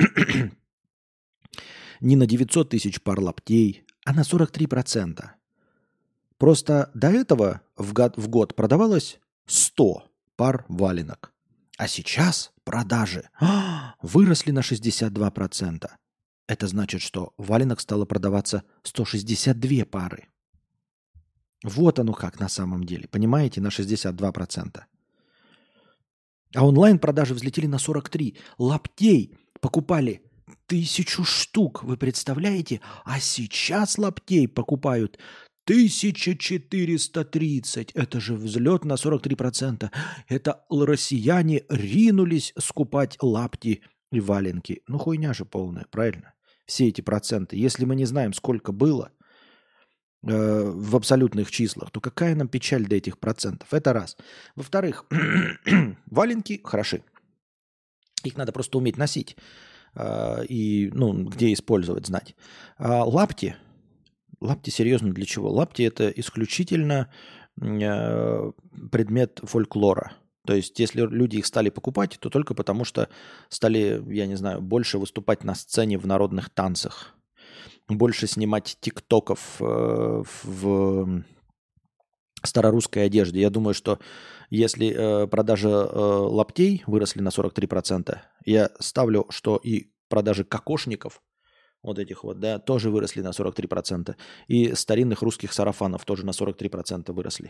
не на девятьсот тысяч пар лаптей, а на сорок три процента. Просто до этого в год, в год продавалось сто пар валенок. А сейчас продажи а, выросли на шестьдесят два процента. Это значит, что валенок стало продаваться сто шестьдесят две пары. Вот оно как на самом деле. Понимаете, на шестьдесят два процента. А онлайн-продажи взлетели на сорок три процента. Лаптей покупали тысячу штук, вы представляете? А сейчас лаптей покупают тысяча четыреста тридцать. Это же взлет на сорок три процента. Это россияне ринулись скупать лапти и валенки. Ну, хуйня же полная, правильно? Все эти проценты. Если мы не знаем, сколько было э, в абсолютных числах, то какая нам печаль до этих процентов? Это раз. Во-вторых, валенки хороши. Их надо просто уметь носить. Э, и, ну, где использовать, знать. А лапти... Лапти серьезно для чего? Лапти – это исключительно э, предмет фольклора. То есть, если люди их стали покупать, то только потому, что стали, я не знаю, больше выступать на сцене в народных танцах, больше снимать тиктоков э, в старорусской одежде. Я думаю, что если э, продажи э, лаптей выросли на сорок три процента, я ставлю, что и продажи кокошников вот этих вот, да, тоже выросли на сорок три процента. И старинных русских сарафанов тоже на сорок три процента выросли.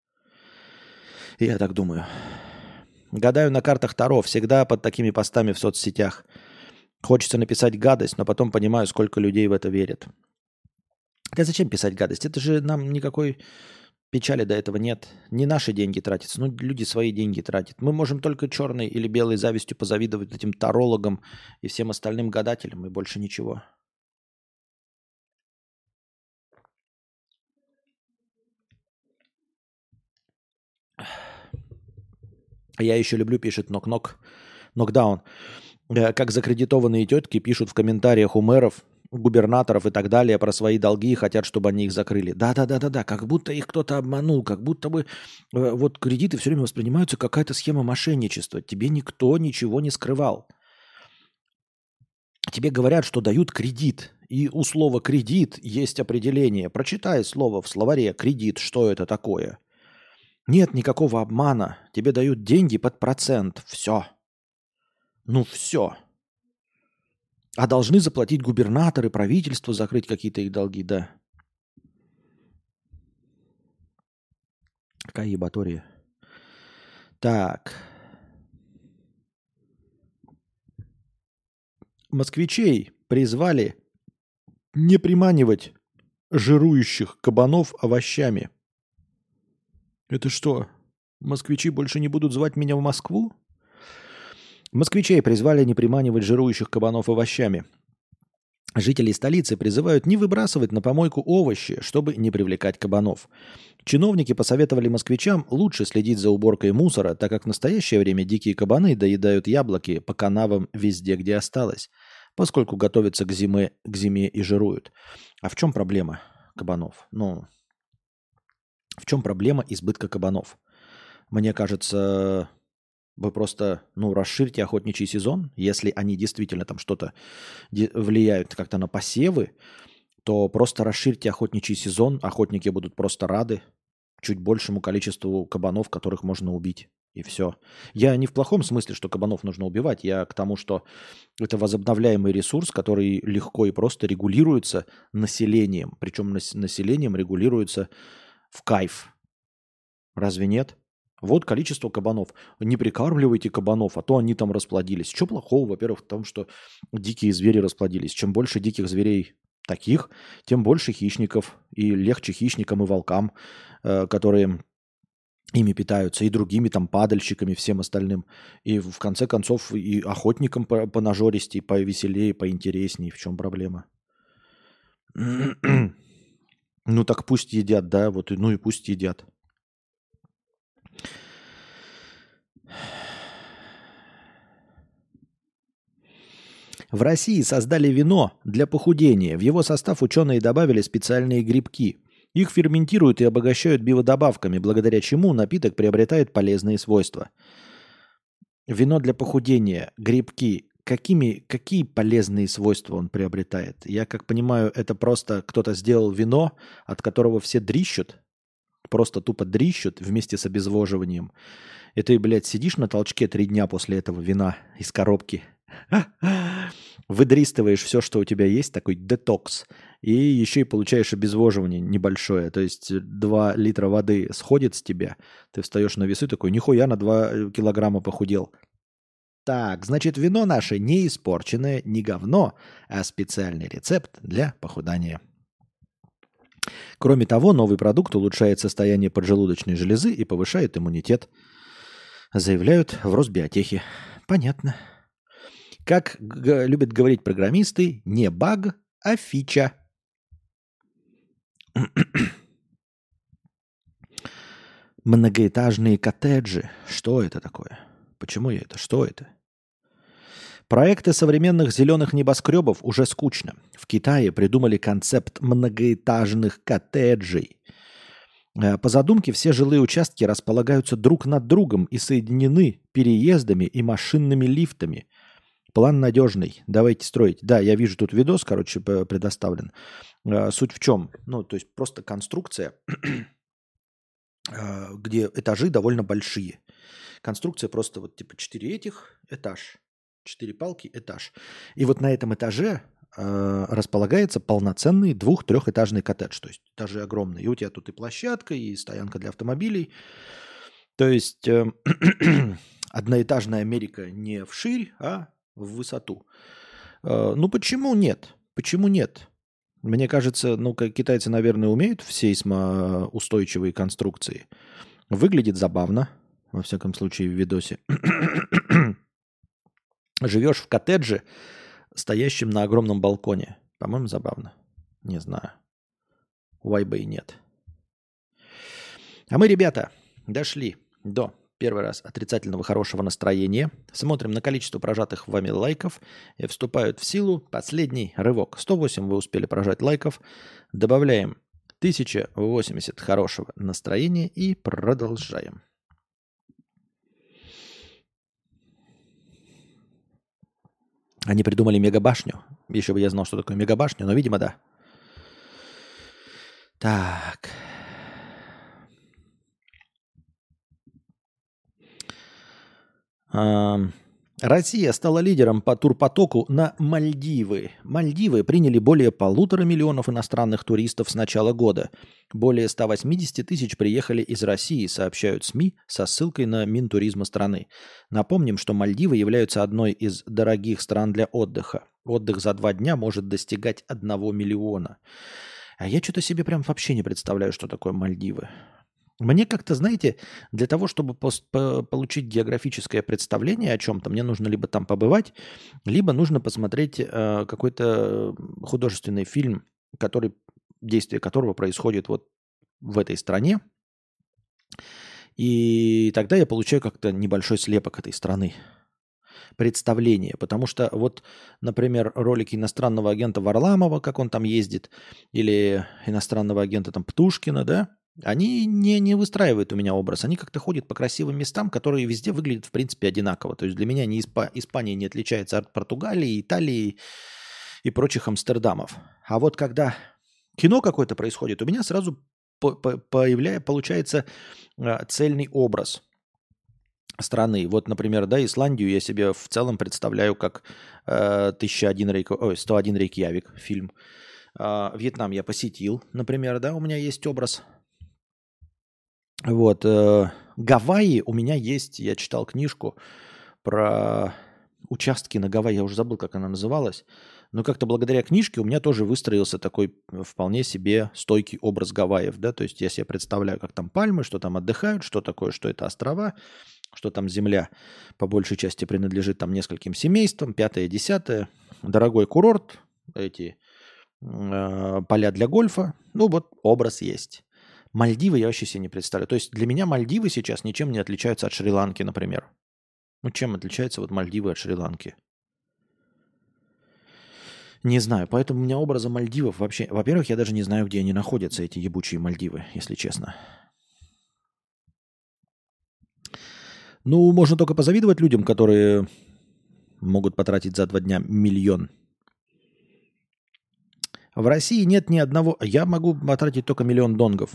Я так думаю. Гадаю на картах Таро. Всегда под такими постами в соцсетях. Хочется написать гадость, но потом понимаю, сколько людей в это верят. Да зачем писать гадость? Это же нам никакой печали до этого нет. Не наши деньги тратятся. Ну, люди свои деньги тратят. Мы можем только черной или белой завистью позавидовать этим тарологам и всем остальным гадателям, и больше ничего. Я еще люблю, пишет Нок-Нок, Нокдаун, как закредитованные тетки пишут в комментариях у мэров, губернаторов и так далее про свои долги и хотят, чтобы они их закрыли. Да-да-да-да-да, как будто их кто-то обманул, как будто бы э, вот кредиты все время воспринимаются как какая-то схема мошенничества. Тебе никто ничего не скрывал. Тебе говорят, что дают кредит. И у слова «кредит» есть определение. Прочитай слово в словаре «кредит», что это такое. Нет никакого обмана. Тебе дают деньги под процент. Все. Ну все. А должны заплатить губернаторы, правительство, закрыть какие-то их долги, да. Какая ебатория. Так. Москвичей призвали не приманивать жирующих кабанов овощами. Это что, москвичи больше не будут звать меня в Москву? Москвичей призвали не приманивать жирующих кабанов овощами. Жители столицы призывают не выбрасывать на помойку овощи, чтобы не привлекать кабанов. Чиновники посоветовали москвичам лучше следить за уборкой мусора, так как в настоящее время дикие кабаны доедают яблоки по канавам везде, где осталось, поскольку готовятся к зиме, к зиме и жируют. А в чем проблема кабанов? Ну, в чем проблема избытка кабанов? Мне кажется, вы просто, ну, расширьте охотничий сезон. Если они действительно там что-то влияют как-то на посевы, то просто расширьте охотничий сезон. Охотники будут просто рады чуть большему количеству кабанов, которых можно убить. И все. Я не в плохом смысле, что кабанов нужно убивать. Я к тому, что это возобновляемый ресурс, который легко и просто регулируется населением. Причем населением регулируется в кайф. Разве нет? Вот количество кабанов. Не прикармливайте кабанов, а то они там расплодились. Что плохого, во-первых, в том, что дикие звери расплодились. Чем больше диких зверей таких, тем больше хищников. И легче хищникам и волкам, э, которые ими питаются, и другими там падальщиками, всем остальным. И в конце концов и охотникам по, по нажористей, повеселее, поинтереснее. В чем проблема? Ну так пусть едят, да, вот, ну и пусть едят. В России создали вино для похудения. В его состав ученые добавили специальные грибки. Их ферментируют и обогащают биодобавками, благодаря чему напиток приобретает полезные свойства. Вино для похудения, грибки. Какими, какие полезные свойства он приобретает? Я как понимаю, это просто кто-то сделал вино, от которого все дрищут. Просто тупо дрищут вместе с обезвоживанием. И ты, блядь, сидишь на толчке три дня после этого вина из коробки. Выдристываешь все, что у тебя есть, такой детокс. И еще и получаешь обезвоживание небольшое. То есть два литра воды сходит с тебя. Ты встаешь на весы такой, нихуя, на два килограмма похудел. Так, значит, вино наше не испорченное, не говно, а специальный рецепт для похудания. Кроме того, новый продукт улучшает состояние поджелудочной железы и повышает иммунитет, заявляют в Росбиотехе. Понятно. Как г- любят говорить программисты, не баг, а фича. Многоэтажные коттеджи. Что это такое? Почему я это? Что это? Проекты современных зеленых небоскребов уже скучно. В Китае придумали концепт многоэтажных коттеджей. Э, По задумке все жилые участки располагаются друг над другом и соединены переездами и машинными лифтами. План надежный. Давайте строить. Да, я вижу тут видос, короче, п- предоставлен. Э, Суть в чем? Ну, то есть просто конструкция, э, где этажи довольно большие. Конструкция просто вот типа четыре этих, этаж. Четыре палки, этаж. И вот на этом этаже э, располагается полноценный двух-трехэтажный коттедж. То есть этажи огромные. И у тебя тут и площадка, и стоянка для автомобилей. То есть э, одноэтажная Америка не вширь, а в высоту. Э, ну почему нет? Почему нет? Мне кажется, ну, как китайцы, наверное, умеют в сейсмоустойчивые конструкции. Выглядит забавно, во всяком случае, в видосе. Живешь в коттедже, стоящем на огромном балконе. По-моему, забавно. Не знаю. Why бы и нет. А мы, ребята, дошли до первый раз отрицательного хорошего настроения. Смотрим на количество прожатых вами лайков. И вступают в силу последний рывок. сто восемь вы успели прожать лайков. Добавляем тысяча восемьдесят хорошего настроения и продолжаем. Они придумали мегабашню. Еще бы я знал, что такое мегабашня, но, видимо, да. Так. Ам, Россия стала лидером по турпотоку на Мальдивы. Мальдивы приняли более полутора миллионов иностранных туристов с начала года. Более ста восьмидесяти тысяч приехали из России, сообщают СМИ со ссылкой на Минтуризма страны. Напомним, что Мальдивы являются одной из дорогих стран для отдыха. Отдых за два дня может достигать одного миллиона. А я что-то себе прям вообще не представляю, что такое Мальдивы. Мне как-то, знаете, для того, чтобы пос- по- получить географическое представление о чем-то, мне нужно либо там побывать, либо нужно посмотреть э, какой-то художественный фильм, который, действие которого происходит вот в этой стране. И тогда я получаю как-то небольшой слепок этой страны, представление. Потому что вот, например, ролики иностранного агента Варламова, как он там ездит, или иностранного агента там Птушкина, да, они не, не выстраивают у меня образ. Они как-то ходят по красивым местам, которые везде выглядят, в принципе, одинаково. То есть для меня ни Испа- Испания не отличается от Португалии, Италии и прочих Амстердамов. А вот когда кино какое-то происходит, у меня сразу по- по- появляя, получается э, цельный образ страны. Вот, например, да, Исландию я себе в целом представляю как э, тысяча один Рейк... Ой, сто один Рейкьявик фильм. А, Вьетнам я посетил, например, да, у меня есть образ. Вот. э, Гавайи у меня есть, я читал книжку про участки на Гавайи, я уже забыл, как она называлась, но как-то благодаря книжке у меня тоже выстроился такой э, вполне себе стойкий образ Гавайев, да, то есть я себе представляю, как там пальмы, что там отдыхают, что такое, что это острова, что там земля по большей части принадлежит там нескольким семействам, пятое, десятое, дорогой курорт, эти э, поля для гольфа, ну вот образ есть. Мальдивы я вообще себе не представляю. То есть для меня Мальдивы сейчас ничем не отличаются от Шри-Ланки, например. Ну чем отличаются вот Мальдивы от Шри-Ланки? Не знаю, поэтому у меня образа Мальдивов вообще... Во-первых, я даже не знаю, где они находятся, эти ебучие Мальдивы, если честно. Ну, можно только позавидовать людям, которые могут потратить за два дня миллион. В России нет ни одного... Я могу потратить только миллион донгов.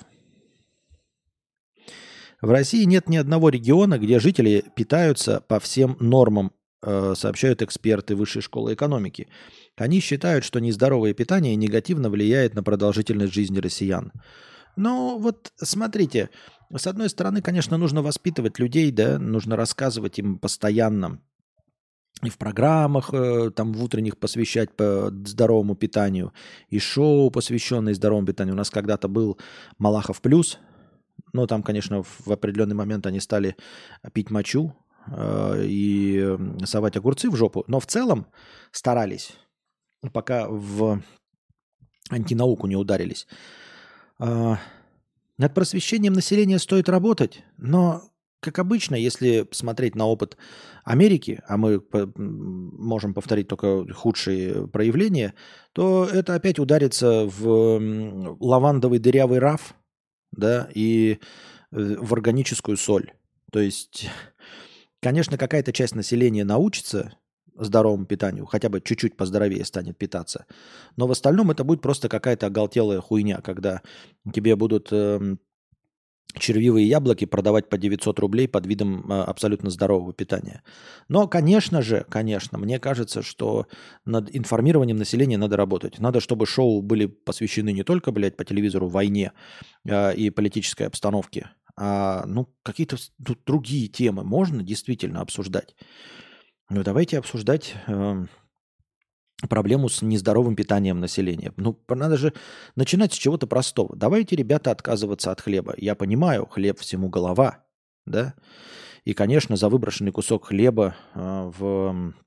В России нет ни одного региона, где жители питаются по всем нормам, э, сообщают эксперты Высшей школы экономики. Они считают, что нездоровое питание негативно влияет на продолжительность жизни россиян. Ну, вот смотрите, с одной стороны, конечно, нужно воспитывать людей, да, нужно рассказывать им постоянно и в программах э, там в утренних посвящать по здоровому питанию, и шоу, посвященные здоровому питанию. У нас когда-то был Малахов плюс, но там, конечно, в определенный момент они стали пить мочу э, и э, совать огурцы в жопу, но в целом старались, пока в антинауку не ударились. А, Над просвещением населения стоит работать, но, как обычно, если смотреть на опыт Америки, а мы по- м, можем повторить только худшие проявления, то это опять ударится в м, лавандовый дырявый раф, да, и э, в органическую соль. То есть, конечно, какая-то часть населения научится здоровому питанию, хотя бы чуть-чуть поздоровее станет питаться, но в остальном это будет просто какая-то оголтелая хуйня, когда тебе будут эм, червивые яблоки продавать по девятьсот рублей под видом э, абсолютно здорового питания. Но, конечно же, конечно, мне кажется, что над информированием населения надо работать. Надо, чтобы шоу были посвящены не только, блядь, по телевизору войне э, и политической обстановке, а ну, какие-то с- ду- другие темы можно действительно обсуждать. Ну, давайте обсуждать эм, проблему с нездоровым питанием населения. Ну, п- надо же начинать с чего-то простого. Давайте, ребята, отказываться от хлеба. Я понимаю, хлеб всему голова, да? И, конечно, за выброшенный кусок хлеба э, в м,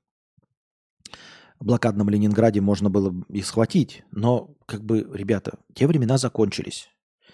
блокадном Ленинграде можно было б и схватить. Но, как бы, ребята, те времена закончились.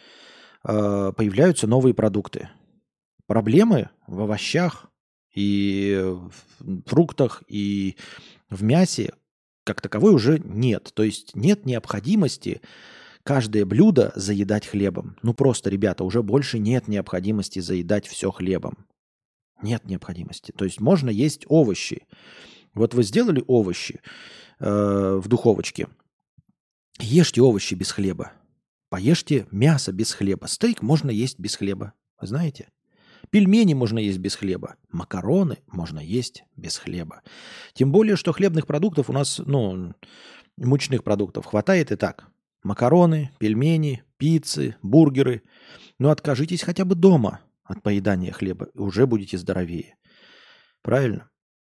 Э, появляются новые продукты. Проблемы в овощах и в фруктах и в мясе как таковой уже нет. То есть нет необходимости каждое блюдо заедать хлебом. Ну просто, ребята, уже больше нет необходимости заедать все хлебом. Нет необходимости. То есть можно есть овощи. Вот вы сделали овощи э, в духовочке. Ешьте овощи без хлеба. Поешьте мясо без хлеба. Стейк можно есть без хлеба. Вы знаете? Пельмени можно есть без хлеба. Макароны можно есть без хлеба. Тем более, что хлебных продуктов у нас, ну, мучных продуктов хватает и так. Макароны, пельмени, пиццы, бургеры. Но откажитесь хотя бы дома от поедания хлеба, и уже будете здоровее. Правильно?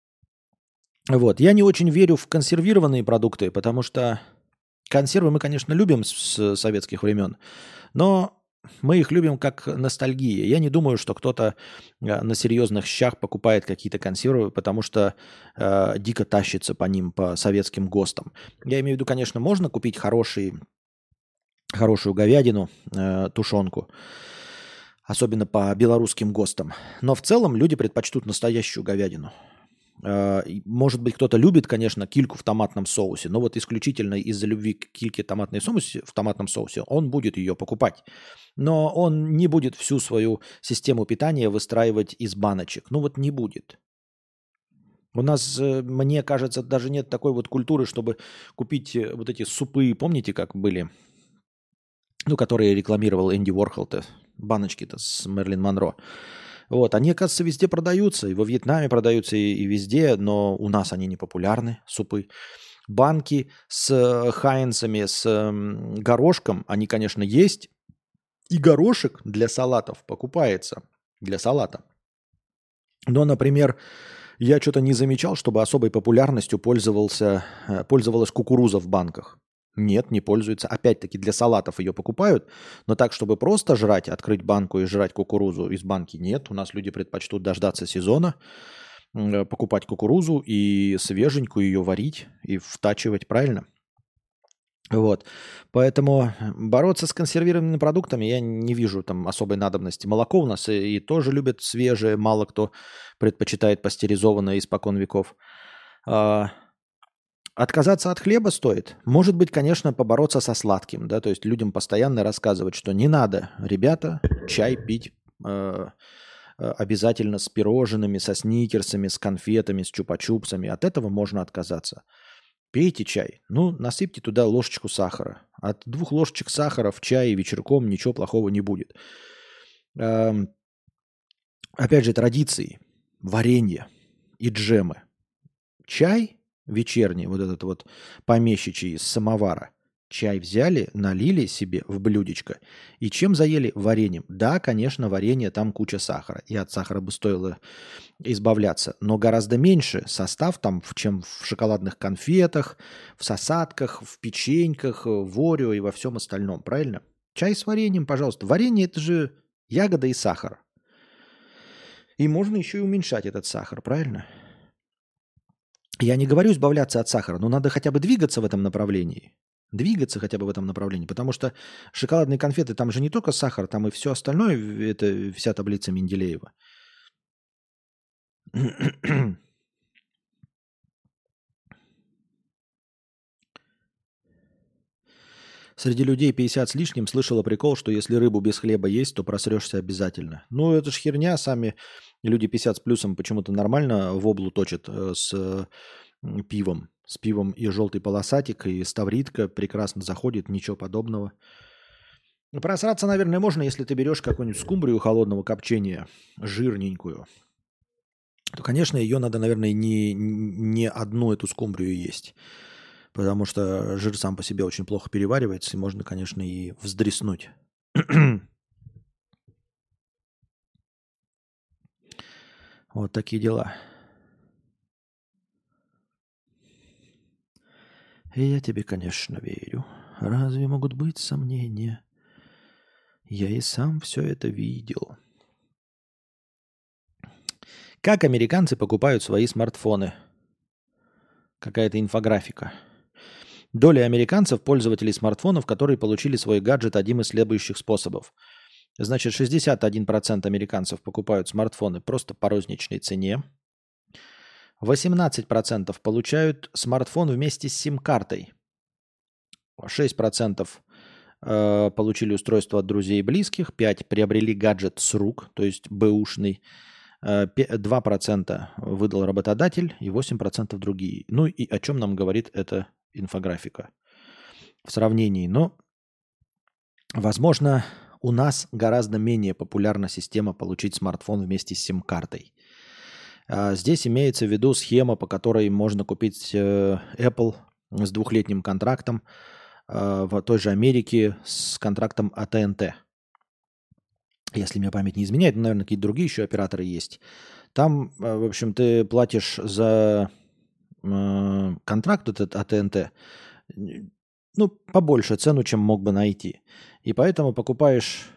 Вот. Я не очень верю в консервированные продукты, потому что консервы мы, конечно, любим с советских времен, но мы их любим как ностальгия. Я не думаю, что кто-то э, на серьезных щах покупает какие-то консервы, потому что э, дико тащится по ним, по советским ГОСТам. Я имею в виду, конечно, можно купить хороший, хорошую говядину, э, тушенку, особенно по белорусским ГОСТам. Но в целом люди предпочтут настоящую говядину. Э, и, Может быть, кто-то любит, конечно, кильку в томатном соусе, но вот исключительно из-за любви к кильке томатной соусе, в томатном соусе он будет ее покупать. Но он не будет всю свою систему питания выстраивать из баночек. Ну вот не будет. У нас, э, мне кажется, даже нет такой вот культуры, чтобы купить э, вот эти супы, помните, как были, ну, которые рекламировал Энди Уорхол-то, баночки-то с Мерлин Монро. Вот, они, оказывается, везде продаются, и во Вьетнаме продаются, и, и везде, но у нас они не популярны, супы. Банки с э, хайнцами, с м, горошком, они, конечно, есть, и горошек для салатов покупается, для салата. Но, например, я что-то не замечал, чтобы особой популярностью пользовался, э, пользовалась кукуруза в банках. Нет, не пользуется. Опять-таки для салатов ее покупают, но так, чтобы просто жрать, открыть банку и жрать кукурузу из банки, нет. У нас люди предпочтут дождаться сезона, м, э, покупать кукурузу и свеженькую ее варить и втачивать, правильно? Вот. Поэтому бороться с консервированными продуктами я не вижу там особой надобности. Молоко у нас и, и тоже любят свежее, мало кто предпочитает пастеризованное испокон веков. А, Отказаться от хлеба стоит. Может быть, конечно, побороться со сладким, да, то есть людям постоянно рассказывать, что не надо, ребята, чай пить э, э, обязательно с пирожными, со сникерсами, с конфетами, с чупа-чупсами. От этого можно отказаться. Пейте чай. Ну, насыпьте туда ложечку сахара. От двух ложечек сахара в чае вечерком ничего плохого не будет. Эм, Опять же, традиции. Варенье и джемы. Чай вечерний, вот этот вот помещичий из самовара. Чай взяли, налили себе в блюдечко. И чем заели? Вареньем. Да, конечно, варенье, там куча сахара. И от сахара бы стоило избавляться. Но гораздо меньше состав там, в- чем в шоколадных конфетах, в сосадках, в печеньках, в Орео и во всем остальном. Правильно? Чай с вареньем, пожалуйста. Варенье – это же ягода и сахар. И можно еще и уменьшать этот сахар, правильно? Я не говорю избавляться от сахара, но надо хотя бы двигаться в этом направлении. Двигаться хотя бы в этом направлении, потому что шоколадные конфеты, там же не только сахар, там и все остальное, это вся таблица Менделеева. Среди людей пятьдесят с лишним слышала прикол, что если рыбу без хлеба есть, то просрешься обязательно. Ну, это ж херня, сами люди пятьдесят с плюсом почему-то нормально в облу точат э, с м, пивом. С пивом и желтый полосатик, и ставритка прекрасно заходит, ничего подобного. Ну, просраться, наверное, можно, если ты берешь какую-нибудь скумбрию холодного копчения, жирненькую. То, конечно, ее надо, наверное, не, не одну эту скумбрию есть. Потому что жир сам по себе очень плохо переваривается, и можно, конечно, и вздреснуть. Вот такие дела. И я тебе, конечно, верю. Разве могут быть сомнения? Я и сам все это видел. Как американцы покупают свои смартфоны? Какая-то инфографика. Доля американцев, пользователей смартфонов, которые получили свой гаджет одним из следующих способов. Значит, шестьдесят один процент американцев покупают смартфоны просто по розничной цене. восемнадцать процентов получают смартфон вместе с сим-картой. шесть процентов э, получили устройство от друзей и близких. пять процентов приобрели гаджет с рук, то есть бэушный. Э, два процента выдал работодатель и восемь процентов другие. Ну и о чем нам говорит эта инфографика в сравнении. Но, возможно, у нас гораздо менее популярна система получить смартфон вместе с сим-картой. Здесь имеется в виду схема, по которой можно купить Apple с двухлетним контрактом в той же Америке с контрактом эй ти энд ти. Если мне память не изменяет, наверное, какие-то другие еще операторы есть. Там, в общем, ты платишь за контракт этот эй ти энд ти, ну, побольше цену, чем мог бы найти. И поэтому покупаешь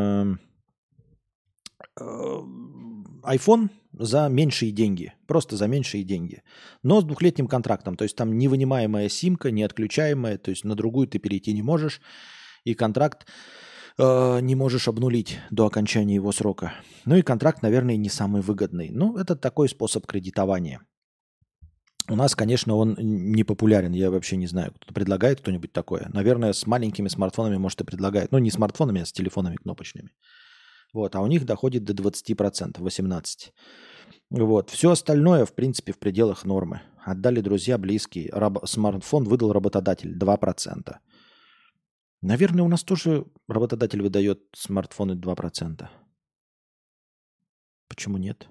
iPhone за меньшие деньги, просто за меньшие деньги, но с двухлетним контрактом, то есть там невынимаемая симка, не отключаемая, то есть на другую ты перейти не можешь, и контракт э, не можешь обнулить до окончания его срока. Ну и контракт, наверное, не самый выгодный. Ну, это такой способ кредитования. У нас, конечно, он не популярен, я вообще не знаю, кто предлагает кто-нибудь такое. Наверное, с маленькими смартфонами, может, и предлагает, ну, не смартфонами, а с телефонами кнопочными. Вот, а у них доходит до двадцать процентов, восемнадцать процентов. Вот. Все остальное, в принципе, в пределах нормы. Отдали друзья, близкие. Раб... Смартфон выдал работодатель два процента. Наверное, у нас тоже работодатель выдает смартфоны два процента. Почему нет?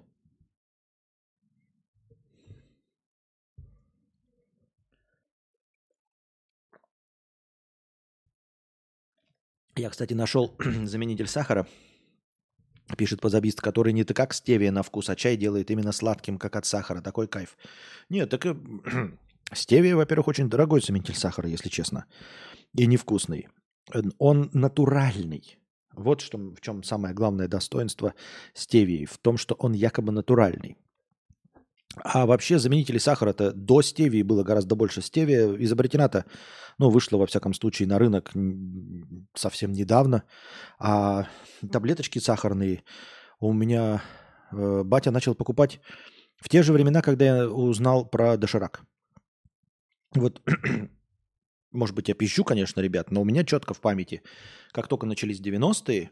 Я, кстати, нашел заменитель сахара, пишет позабист, который не как стевия на вкус, а чай делает именно сладким, как от сахара. Такой кайф. Нет, так и стевия, во-первых, очень дорогой заменитель сахара, если честно. И невкусный. Он натуральный. Вот что, в чем самое главное достоинство стевии. В том, что он якобы натуральный. А вообще заменители сахара-то до стевии было гораздо больше. Стевия изобретена-то, ну, вышла во всяком случае на рынок совсем недавно. А таблеточки сахарные у меня э, батя начал покупать в те же времена, когда я узнал про доширак. Вот, может быть, я пищу, конечно, ребят, но у меня четко в памяти, как только начались девяностые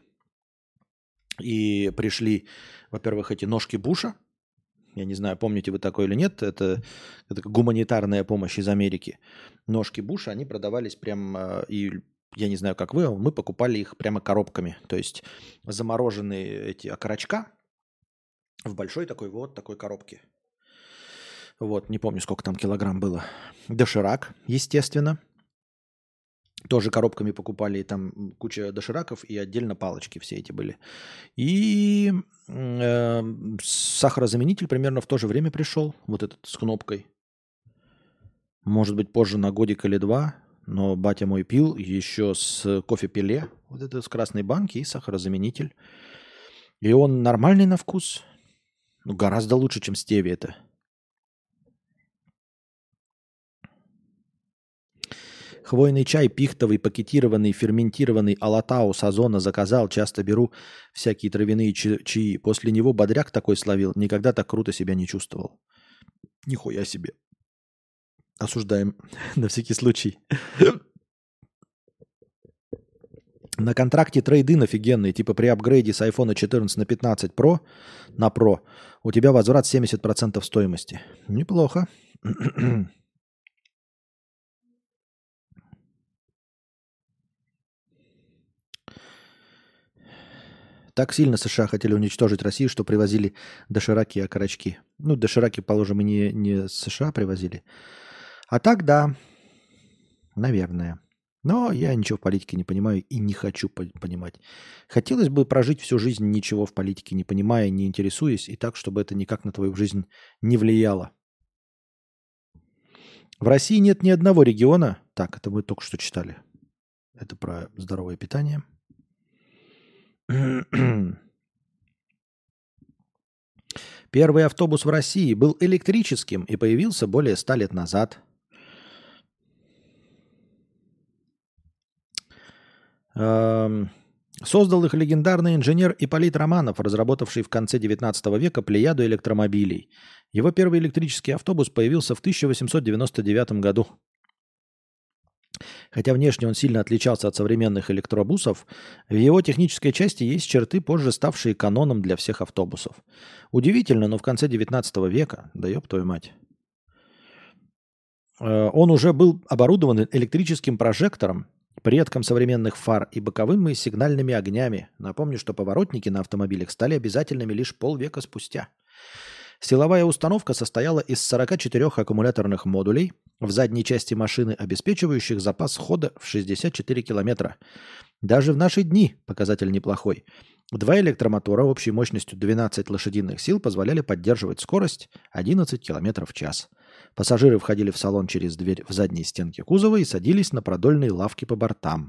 и пришли, во-первых, эти ножки Буша. Я не знаю, помните вы такое или нет. Это, это гуманитарная помощь из Америки. Ножки Буша, они продавались прям, э, и я не знаю, как вы, мы покупали их прямо коробками. То есть замороженные эти окорочка в большой такой вот такой коробке. Вот, не помню, сколько там килограмм было. Доширак, естественно. Тоже коробками покупали, и там куча дошираков, и отдельно палочки все эти были. И э, сахарозаменитель примерно в то же время пришел, вот этот с кнопкой. Может быть, позже на годик или два, но батя мой пил еще с кофе-пеле, вот это с красной банки и сахарозаменитель. И он нормальный на вкус, ну, гораздо лучше, чем стевия-то. Хвойный чай пихтовый, пакетированный, ферментированный Алатау с Озона заказал. Часто беру всякие травяные чаи. После него бодряк такой словил. Никогда так круто себя не чувствовал. Нихуя себе. Осуждаем на всякий случай. На контракте трейдин офигенный. Типа при апгрейде с айфона четырнадцать на пятнадцать Pro на Pro у тебя возврат семьдесят процентов стоимости. Неплохо. Так сильно США хотели уничтожить Россию, что привозили дошираки и окорочки. Ну, дошираки, положим, и не, не с США привозили. А так, да, наверное. Но я ничего в политике не понимаю и не хочу понимать. Хотелось бы прожить всю жизнь, ничего в политике не понимая, не интересуясь, и так, чтобы это никак на твою жизнь не влияло. В России нет ни одного региона. Так, это мы только что читали. Это про здоровое питание. Первый автобус в России был электрическим и появился более ста лет назад. Эм, создал их легендарный инженер Ипполит Романов, разработавший в конце девятнадцатого века плеяду электромобилей. Его первый электрический автобус появился в тысяча восемьсот девяносто девятом году. Хотя внешне он сильно отличался от современных электробусов, в его технической части есть черты, позже ставшие каноном для всех автобусов. Удивительно, но в конце девятнадцатого века, да ёб твою мать, он уже был оборудован электрическим прожектором, предком современных фар и боковыми сигнальными огнями. Напомню, что поворотники на автомобилях стали обязательными лишь полвека спустя. Силовая установка состояла из сорока четырёх аккумуляторных модулей в задней части машины, обеспечивающих запас хода в шестьдесят четыре километра. Даже в наши дни показатель неплохой. Два электромотора общей мощностью двенадцать лошадиных сил позволяли поддерживать скорость одиннадцать километров в час. Пассажиры входили в салон через дверь в задней стенке кузова и садились на продольные лавки по бортам.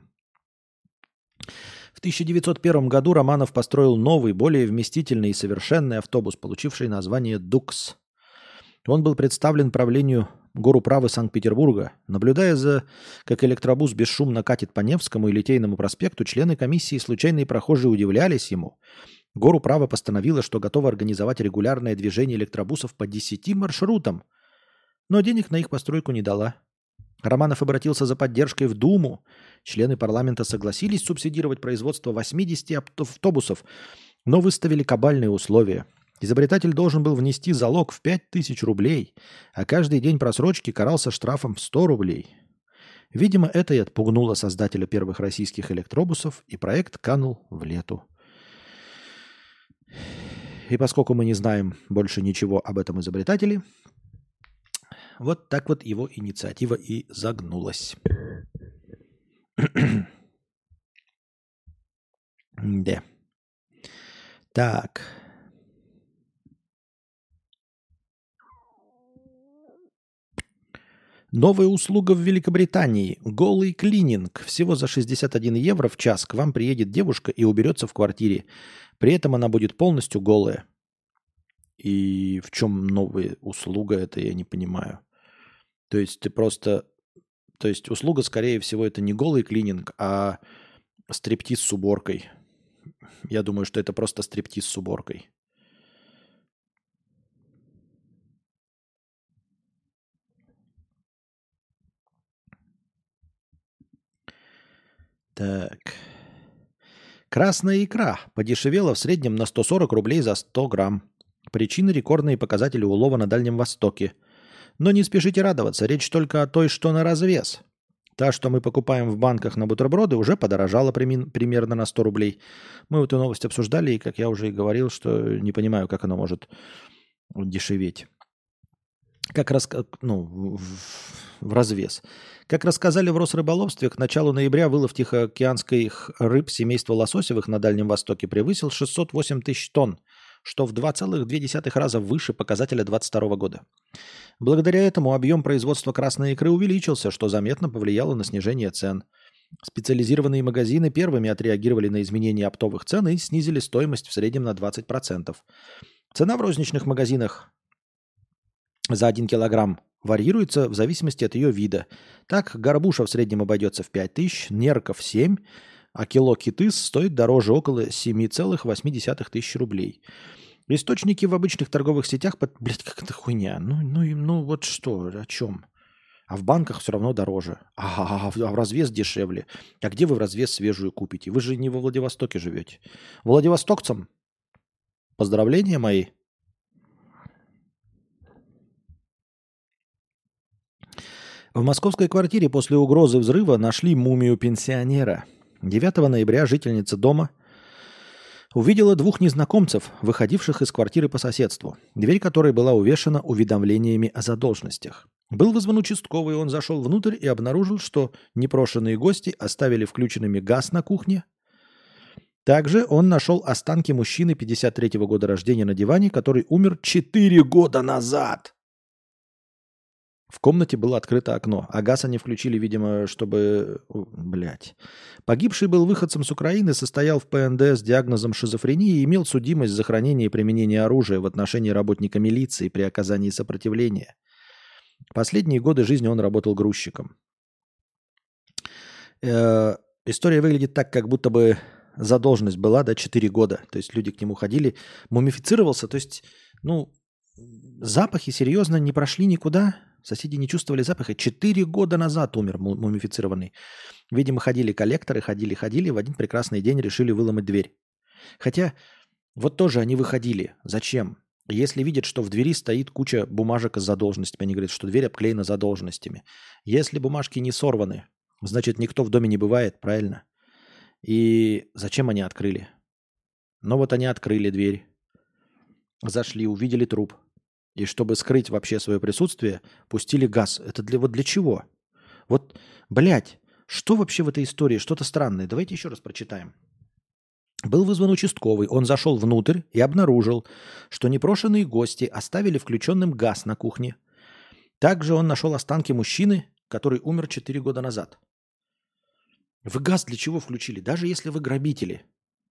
В тысяча девятьсот первом году Романов построил новый, более вместительный и совершенный автобус, получивший название «Дукс». Он был представлен правлению Горуправы Санкт-Петербурга. Наблюдая за, как электробус бесшумно катит по Невскому и Литейному проспекту, члены комиссии и случайные прохожие удивлялись ему. Горуправа постановила, что готова организовать регулярное движение электробусов по десяти маршрутам, но денег на их постройку не дала. Романов обратился за поддержкой в Думу. Члены парламента согласились субсидировать производство восьмидесяти автобусов, но выставили кабальные условия. Изобретатель должен был внести залог в пять тысяч рублей, а каждый день просрочки карался штрафом в сто рублей. Видимо, это и отпугнуло создателя первых российских электробусов, и проект канул в лету. И поскольку мы не знаем больше ничего об этом изобретателе, вот так вот его инициатива и загнулась. Да. Так. Новая услуга в Великобритании. Голый клининг. Всего за шестьдесят один евро в час к вам приедет девушка и уберется в квартире. При этом она будет полностью голая. И в чем новая услуга, это я не понимаю. То есть ты просто... То есть услуга, скорее всего, это не голый клининг, а стриптиз с уборкой. Я думаю, что это просто стриптиз с уборкой. Так. Красная икра подешевела в среднем на сто сорок рублей за сто грамм. Причины – рекордные показатели улова на Дальнем Востоке. Но не спешите радоваться, речь только о той, что на развес. Та, что мы покупаем в банках на бутерброды, уже подорожала примин, примерно на сто рублей. Мы эту новость обсуждали, и, как я уже и говорил, что не понимаю, как она может дешеветь. Как рас... ну, в, в развес. Как рассказали в Росрыболовстве, к началу ноября вылов тихоокеанских рыб семейства лососевых на Дальнем Востоке превысил шестьсот восемь тысяч тонн, что в два целых две десятых раза выше показателя двадцать второго года. Благодаря этому объем производства красной икры увеличился, что заметно повлияло на снижение цен. Специализированные магазины первыми отреагировали на изменения оптовых цен и снизили стоимость в среднем на двадцать процентов. Цена в розничных магазинах за один килограмм варьируется в зависимости от ее вида. Так, горбуша в среднем обойдется в пять тысяч, нерка в семь, а кило китыс стоит дороже около семь целых восемь десятых тысяч рублей. Источники в обычных торговых сетях, под... блядь, как это хуйня. Ну, ну, и- ну вот что, о чем? А в банках все равно дороже. А, а в а в развес дешевле. А где вы в развес свежую купите? Вы же не во Владивостоке живете. Владивостокцам поздравления мои. В московской квартире после угрозы взрыва нашли мумию пенсионера. девятого ноября жительница дома увидела двух незнакомцев, выходивших из квартиры по соседству, дверь которой была увешана уведомлениями о задолженностях. Был вызван участковый, он зашел внутрь и обнаружил, что непрошенные гости оставили включенными газ на кухне. Также он нашел останки мужчины пятьдесят третьего года рождения на диване, который умер четыре года назад. В комнате было открыто окно, а газ они включили, видимо, чтобы... Блять. Погибший был выходцем с Украины, состоял в ПНД с диагнозом шизофрении и имел судимость за хранение и применение оружия в отношении работника милиции при оказании сопротивления. Последние годы жизни он работал грузчиком. Э, история выглядит так, как будто бы задолженность была, да, четыре года. То есть люди к нему ходили, мумифицировался. То есть, ну, запахи серьезно не прошли никуда. Соседи не чувствовали запаха. Четыре года назад умер му- мумифицированный. Видимо, ходили коллекторы, ходили, ходили. В один прекрасный день решили выломать дверь. Хотя, вот тоже они выходили. Зачем? Если видят, что в двери стоит куча бумажек с задолженностями, они говорят, что дверь обклеена задолженностями. Если бумажки не сорваны, значит, никто в доме не бывает, правильно? И зачем они открыли? Ну вот они открыли дверь, зашли, увидели труп. И чтобы скрыть вообще свое присутствие, пустили газ. Это для, вот для чего? Вот, блядь, что вообще в этой истории? Что-то странное. Давайте еще раз прочитаем. Был вызван участковый. Он зашел внутрь и обнаружил, что непрошенные гости оставили включенным газ на кухне. Также он нашел останки мужчины, который умер четыре года назад. Вы газ для чего включили? Даже если вы грабители,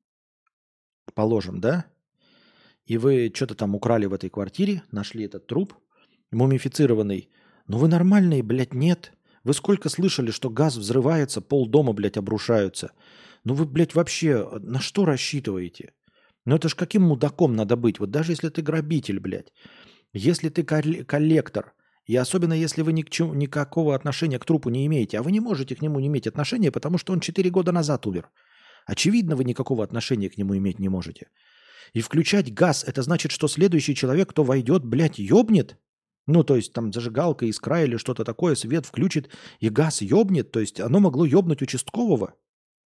положим, да? И вы что-то там украли в этой квартире, нашли этот труп, мумифицированный. Но вы нормальные, блядь, нет. Вы сколько слышали, что газ взрывается, полдома, блядь, обрушаются. Ну вы, блядь, вообще на что рассчитываете? Ну это ж каким мудаком надо быть? Вот даже если ты грабитель, блядь. Если ты колл- коллектор, и особенно если вы ни к чему, никакого отношения к трупу не имеете, а вы не можете к нему не иметь отношения, потому что он четыре года назад умер. Очевидно, вы никакого отношения к нему иметь не можете. И включать газ, это значит, что следующий человек, кто войдет, блядь, ёбнет? Ну, то есть там зажигалка, искра или что-то такое, свет включит, и газ ёбнет. То есть оно могло ёбнуть участкового.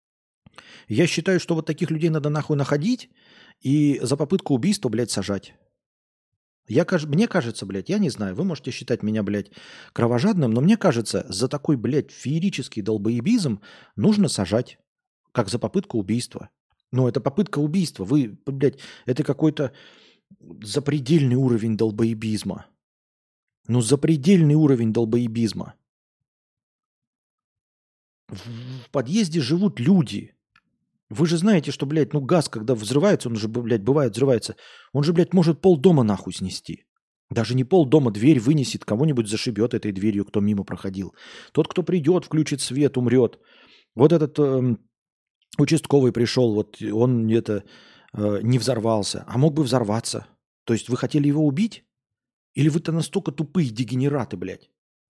Я считаю, что вот таких людей надо нахуй находить и за попытку убийства, блядь, сажать. Я, каж- мне кажется, блядь, я не знаю, вы можете считать меня, блядь, кровожадным, но мне кажется, за такой, блядь, феерический долбоебизм нужно сажать, как за попытку убийства. Ну, это попытка убийства. Вы, блядь, это какой-то запредельный уровень долбоебизма. Ну, запредельный уровень долбоебизма. В, в подъезде живут люди. Вы же знаете, что, блядь, ну газ, когда взрывается, он же, блядь, бывает взрывается, он же, блядь, может полдома нахуй снести. Даже не полдома, дверь вынесет, кого-нибудь зашибет этой дверью, кто мимо проходил. Тот, кто придет, включит свет, умрет. Вот этот эм, участковый пришел, вот он где-то э, не взорвался, а мог бы взорваться. То есть вы хотели его убить? Или вы-то настолько тупые дегенераты, блядь?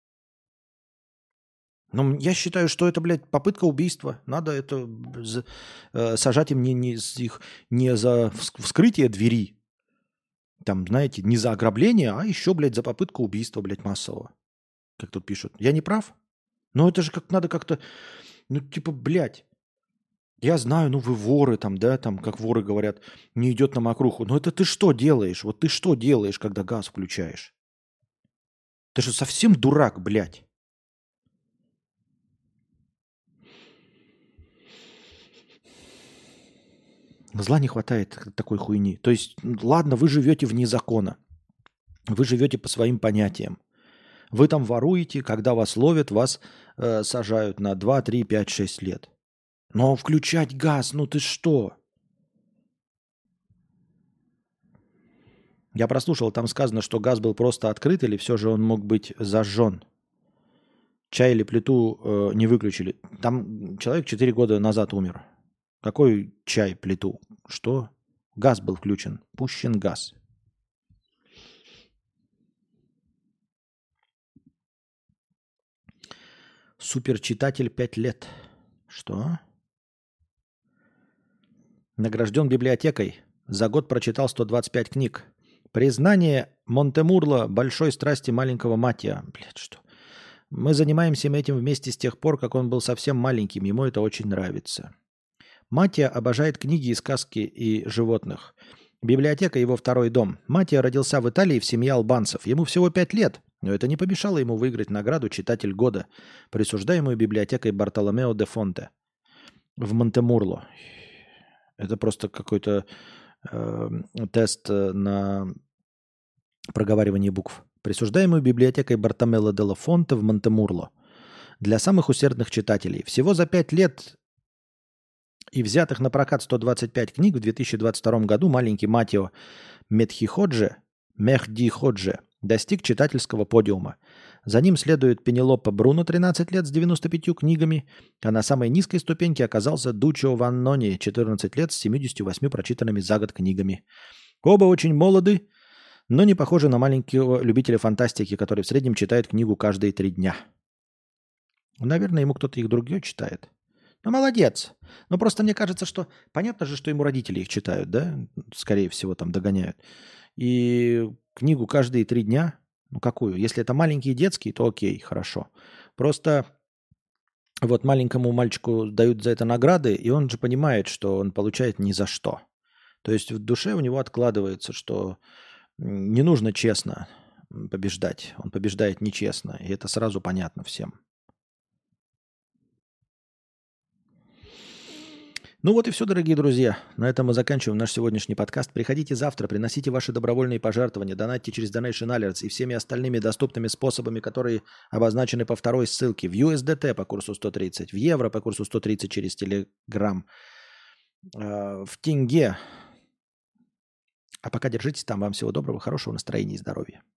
Ну, я считаю, что это, блядь, попытка убийства. Надо это за- э, сажать им не, не, с их, не за вс- вскрытие двери, там, знаете, не за ограбление, а еще, блядь, за попытку убийства, блядь, массового. Как тут пишут. Я не прав? Ну, это же как надо как-то, ну, типа, блядь, я знаю, ну, вы воры там, да, там, как воры говорят, не идет на мокруху. Но это ты что делаешь? Вот ты что делаешь, когда газ включаешь? Ты же совсем дурак, блядь. Зла не хватает такой хуйни. То есть, ладно, вы живете вне закона. Вы живете по своим понятиям. Вы там воруете, когда вас ловят, вас э, сажают на два, три, пять, шесть лет. Но включать газ, ну ты что? Я прослушал, там сказано, что газ был просто открыт, или все же он мог быть зажжен. Чай или плиту э, не выключили. Там человек четыре года назад умер. Какой чай, плиту? Что? Газ был включен. Пущен газ. Суперчитатель пять лет. Что? Награжден библиотекой. За год прочитал сто двадцать пять книг. Признание Монтемурло большой страсти маленького Матья. Блядь, что? Мы занимаемся этим вместе с тех пор, как он был совсем маленьким. Ему это очень нравится. Матья обожает книги и сказки и животных. Библиотека – его второй дом. Матья родился в Италии в семье албанцев. Ему всего пять лет, но это не помешало ему выиграть награду «Читатель года», присуждаемую библиотекой Бартоломео де Фонте в Монтемурло. Это просто какой-то э, тест на проговаривание букв. Присуждаемую библиотекой Бартоломео де Фонте в Монтемурло. Для самых усердных читателей. Всего за пять лет и взятых на прокат сто двадцать пять книг в две тысячи двадцать втором году маленький Матио Медхиходже, Мехдиходже достиг читательского подиума. За ним следует Пенелопа Бруно, тринадцать лет, с девяноста пятью книгами, а на самой низкой ступеньке оказался Дучо Ваннони, четырнадцать лет, с семьюдесятью восьмью прочитанными за год книгами. Оба очень молоды, но не похожи на маленького любителя фантастики, который в среднем читает книгу каждые три дня. Наверное, ему кто-то их другие читает. Ну, молодец. Но просто мне кажется, что... Понятно же, что ему родители их читают, да? Скорее всего, там догоняют. И книгу каждые три дня... Ну, какую? Если это маленькие детские, то окей, хорошо. Просто вот маленькому мальчику дают за это награды, и он же понимает, что он получает ни за что. То есть в душе у него откладывается, что не нужно честно побеждать. Он побеждает нечестно. И это сразу понятно всем. Ну вот и все, дорогие друзья. На этом мы заканчиваем наш сегодняшний подкаст. Приходите завтра, приносите ваши добровольные пожертвования, донатьте через Donation Alerts и всеми остальными доступными способами, которые обозначены по второй ссылке. В ю эс ди ти по курсу сто тридцать, в евро по курсу сто тридцать через Telegram, в тенге. А пока держитесь там. Вам всего доброго, хорошего настроения и здоровья.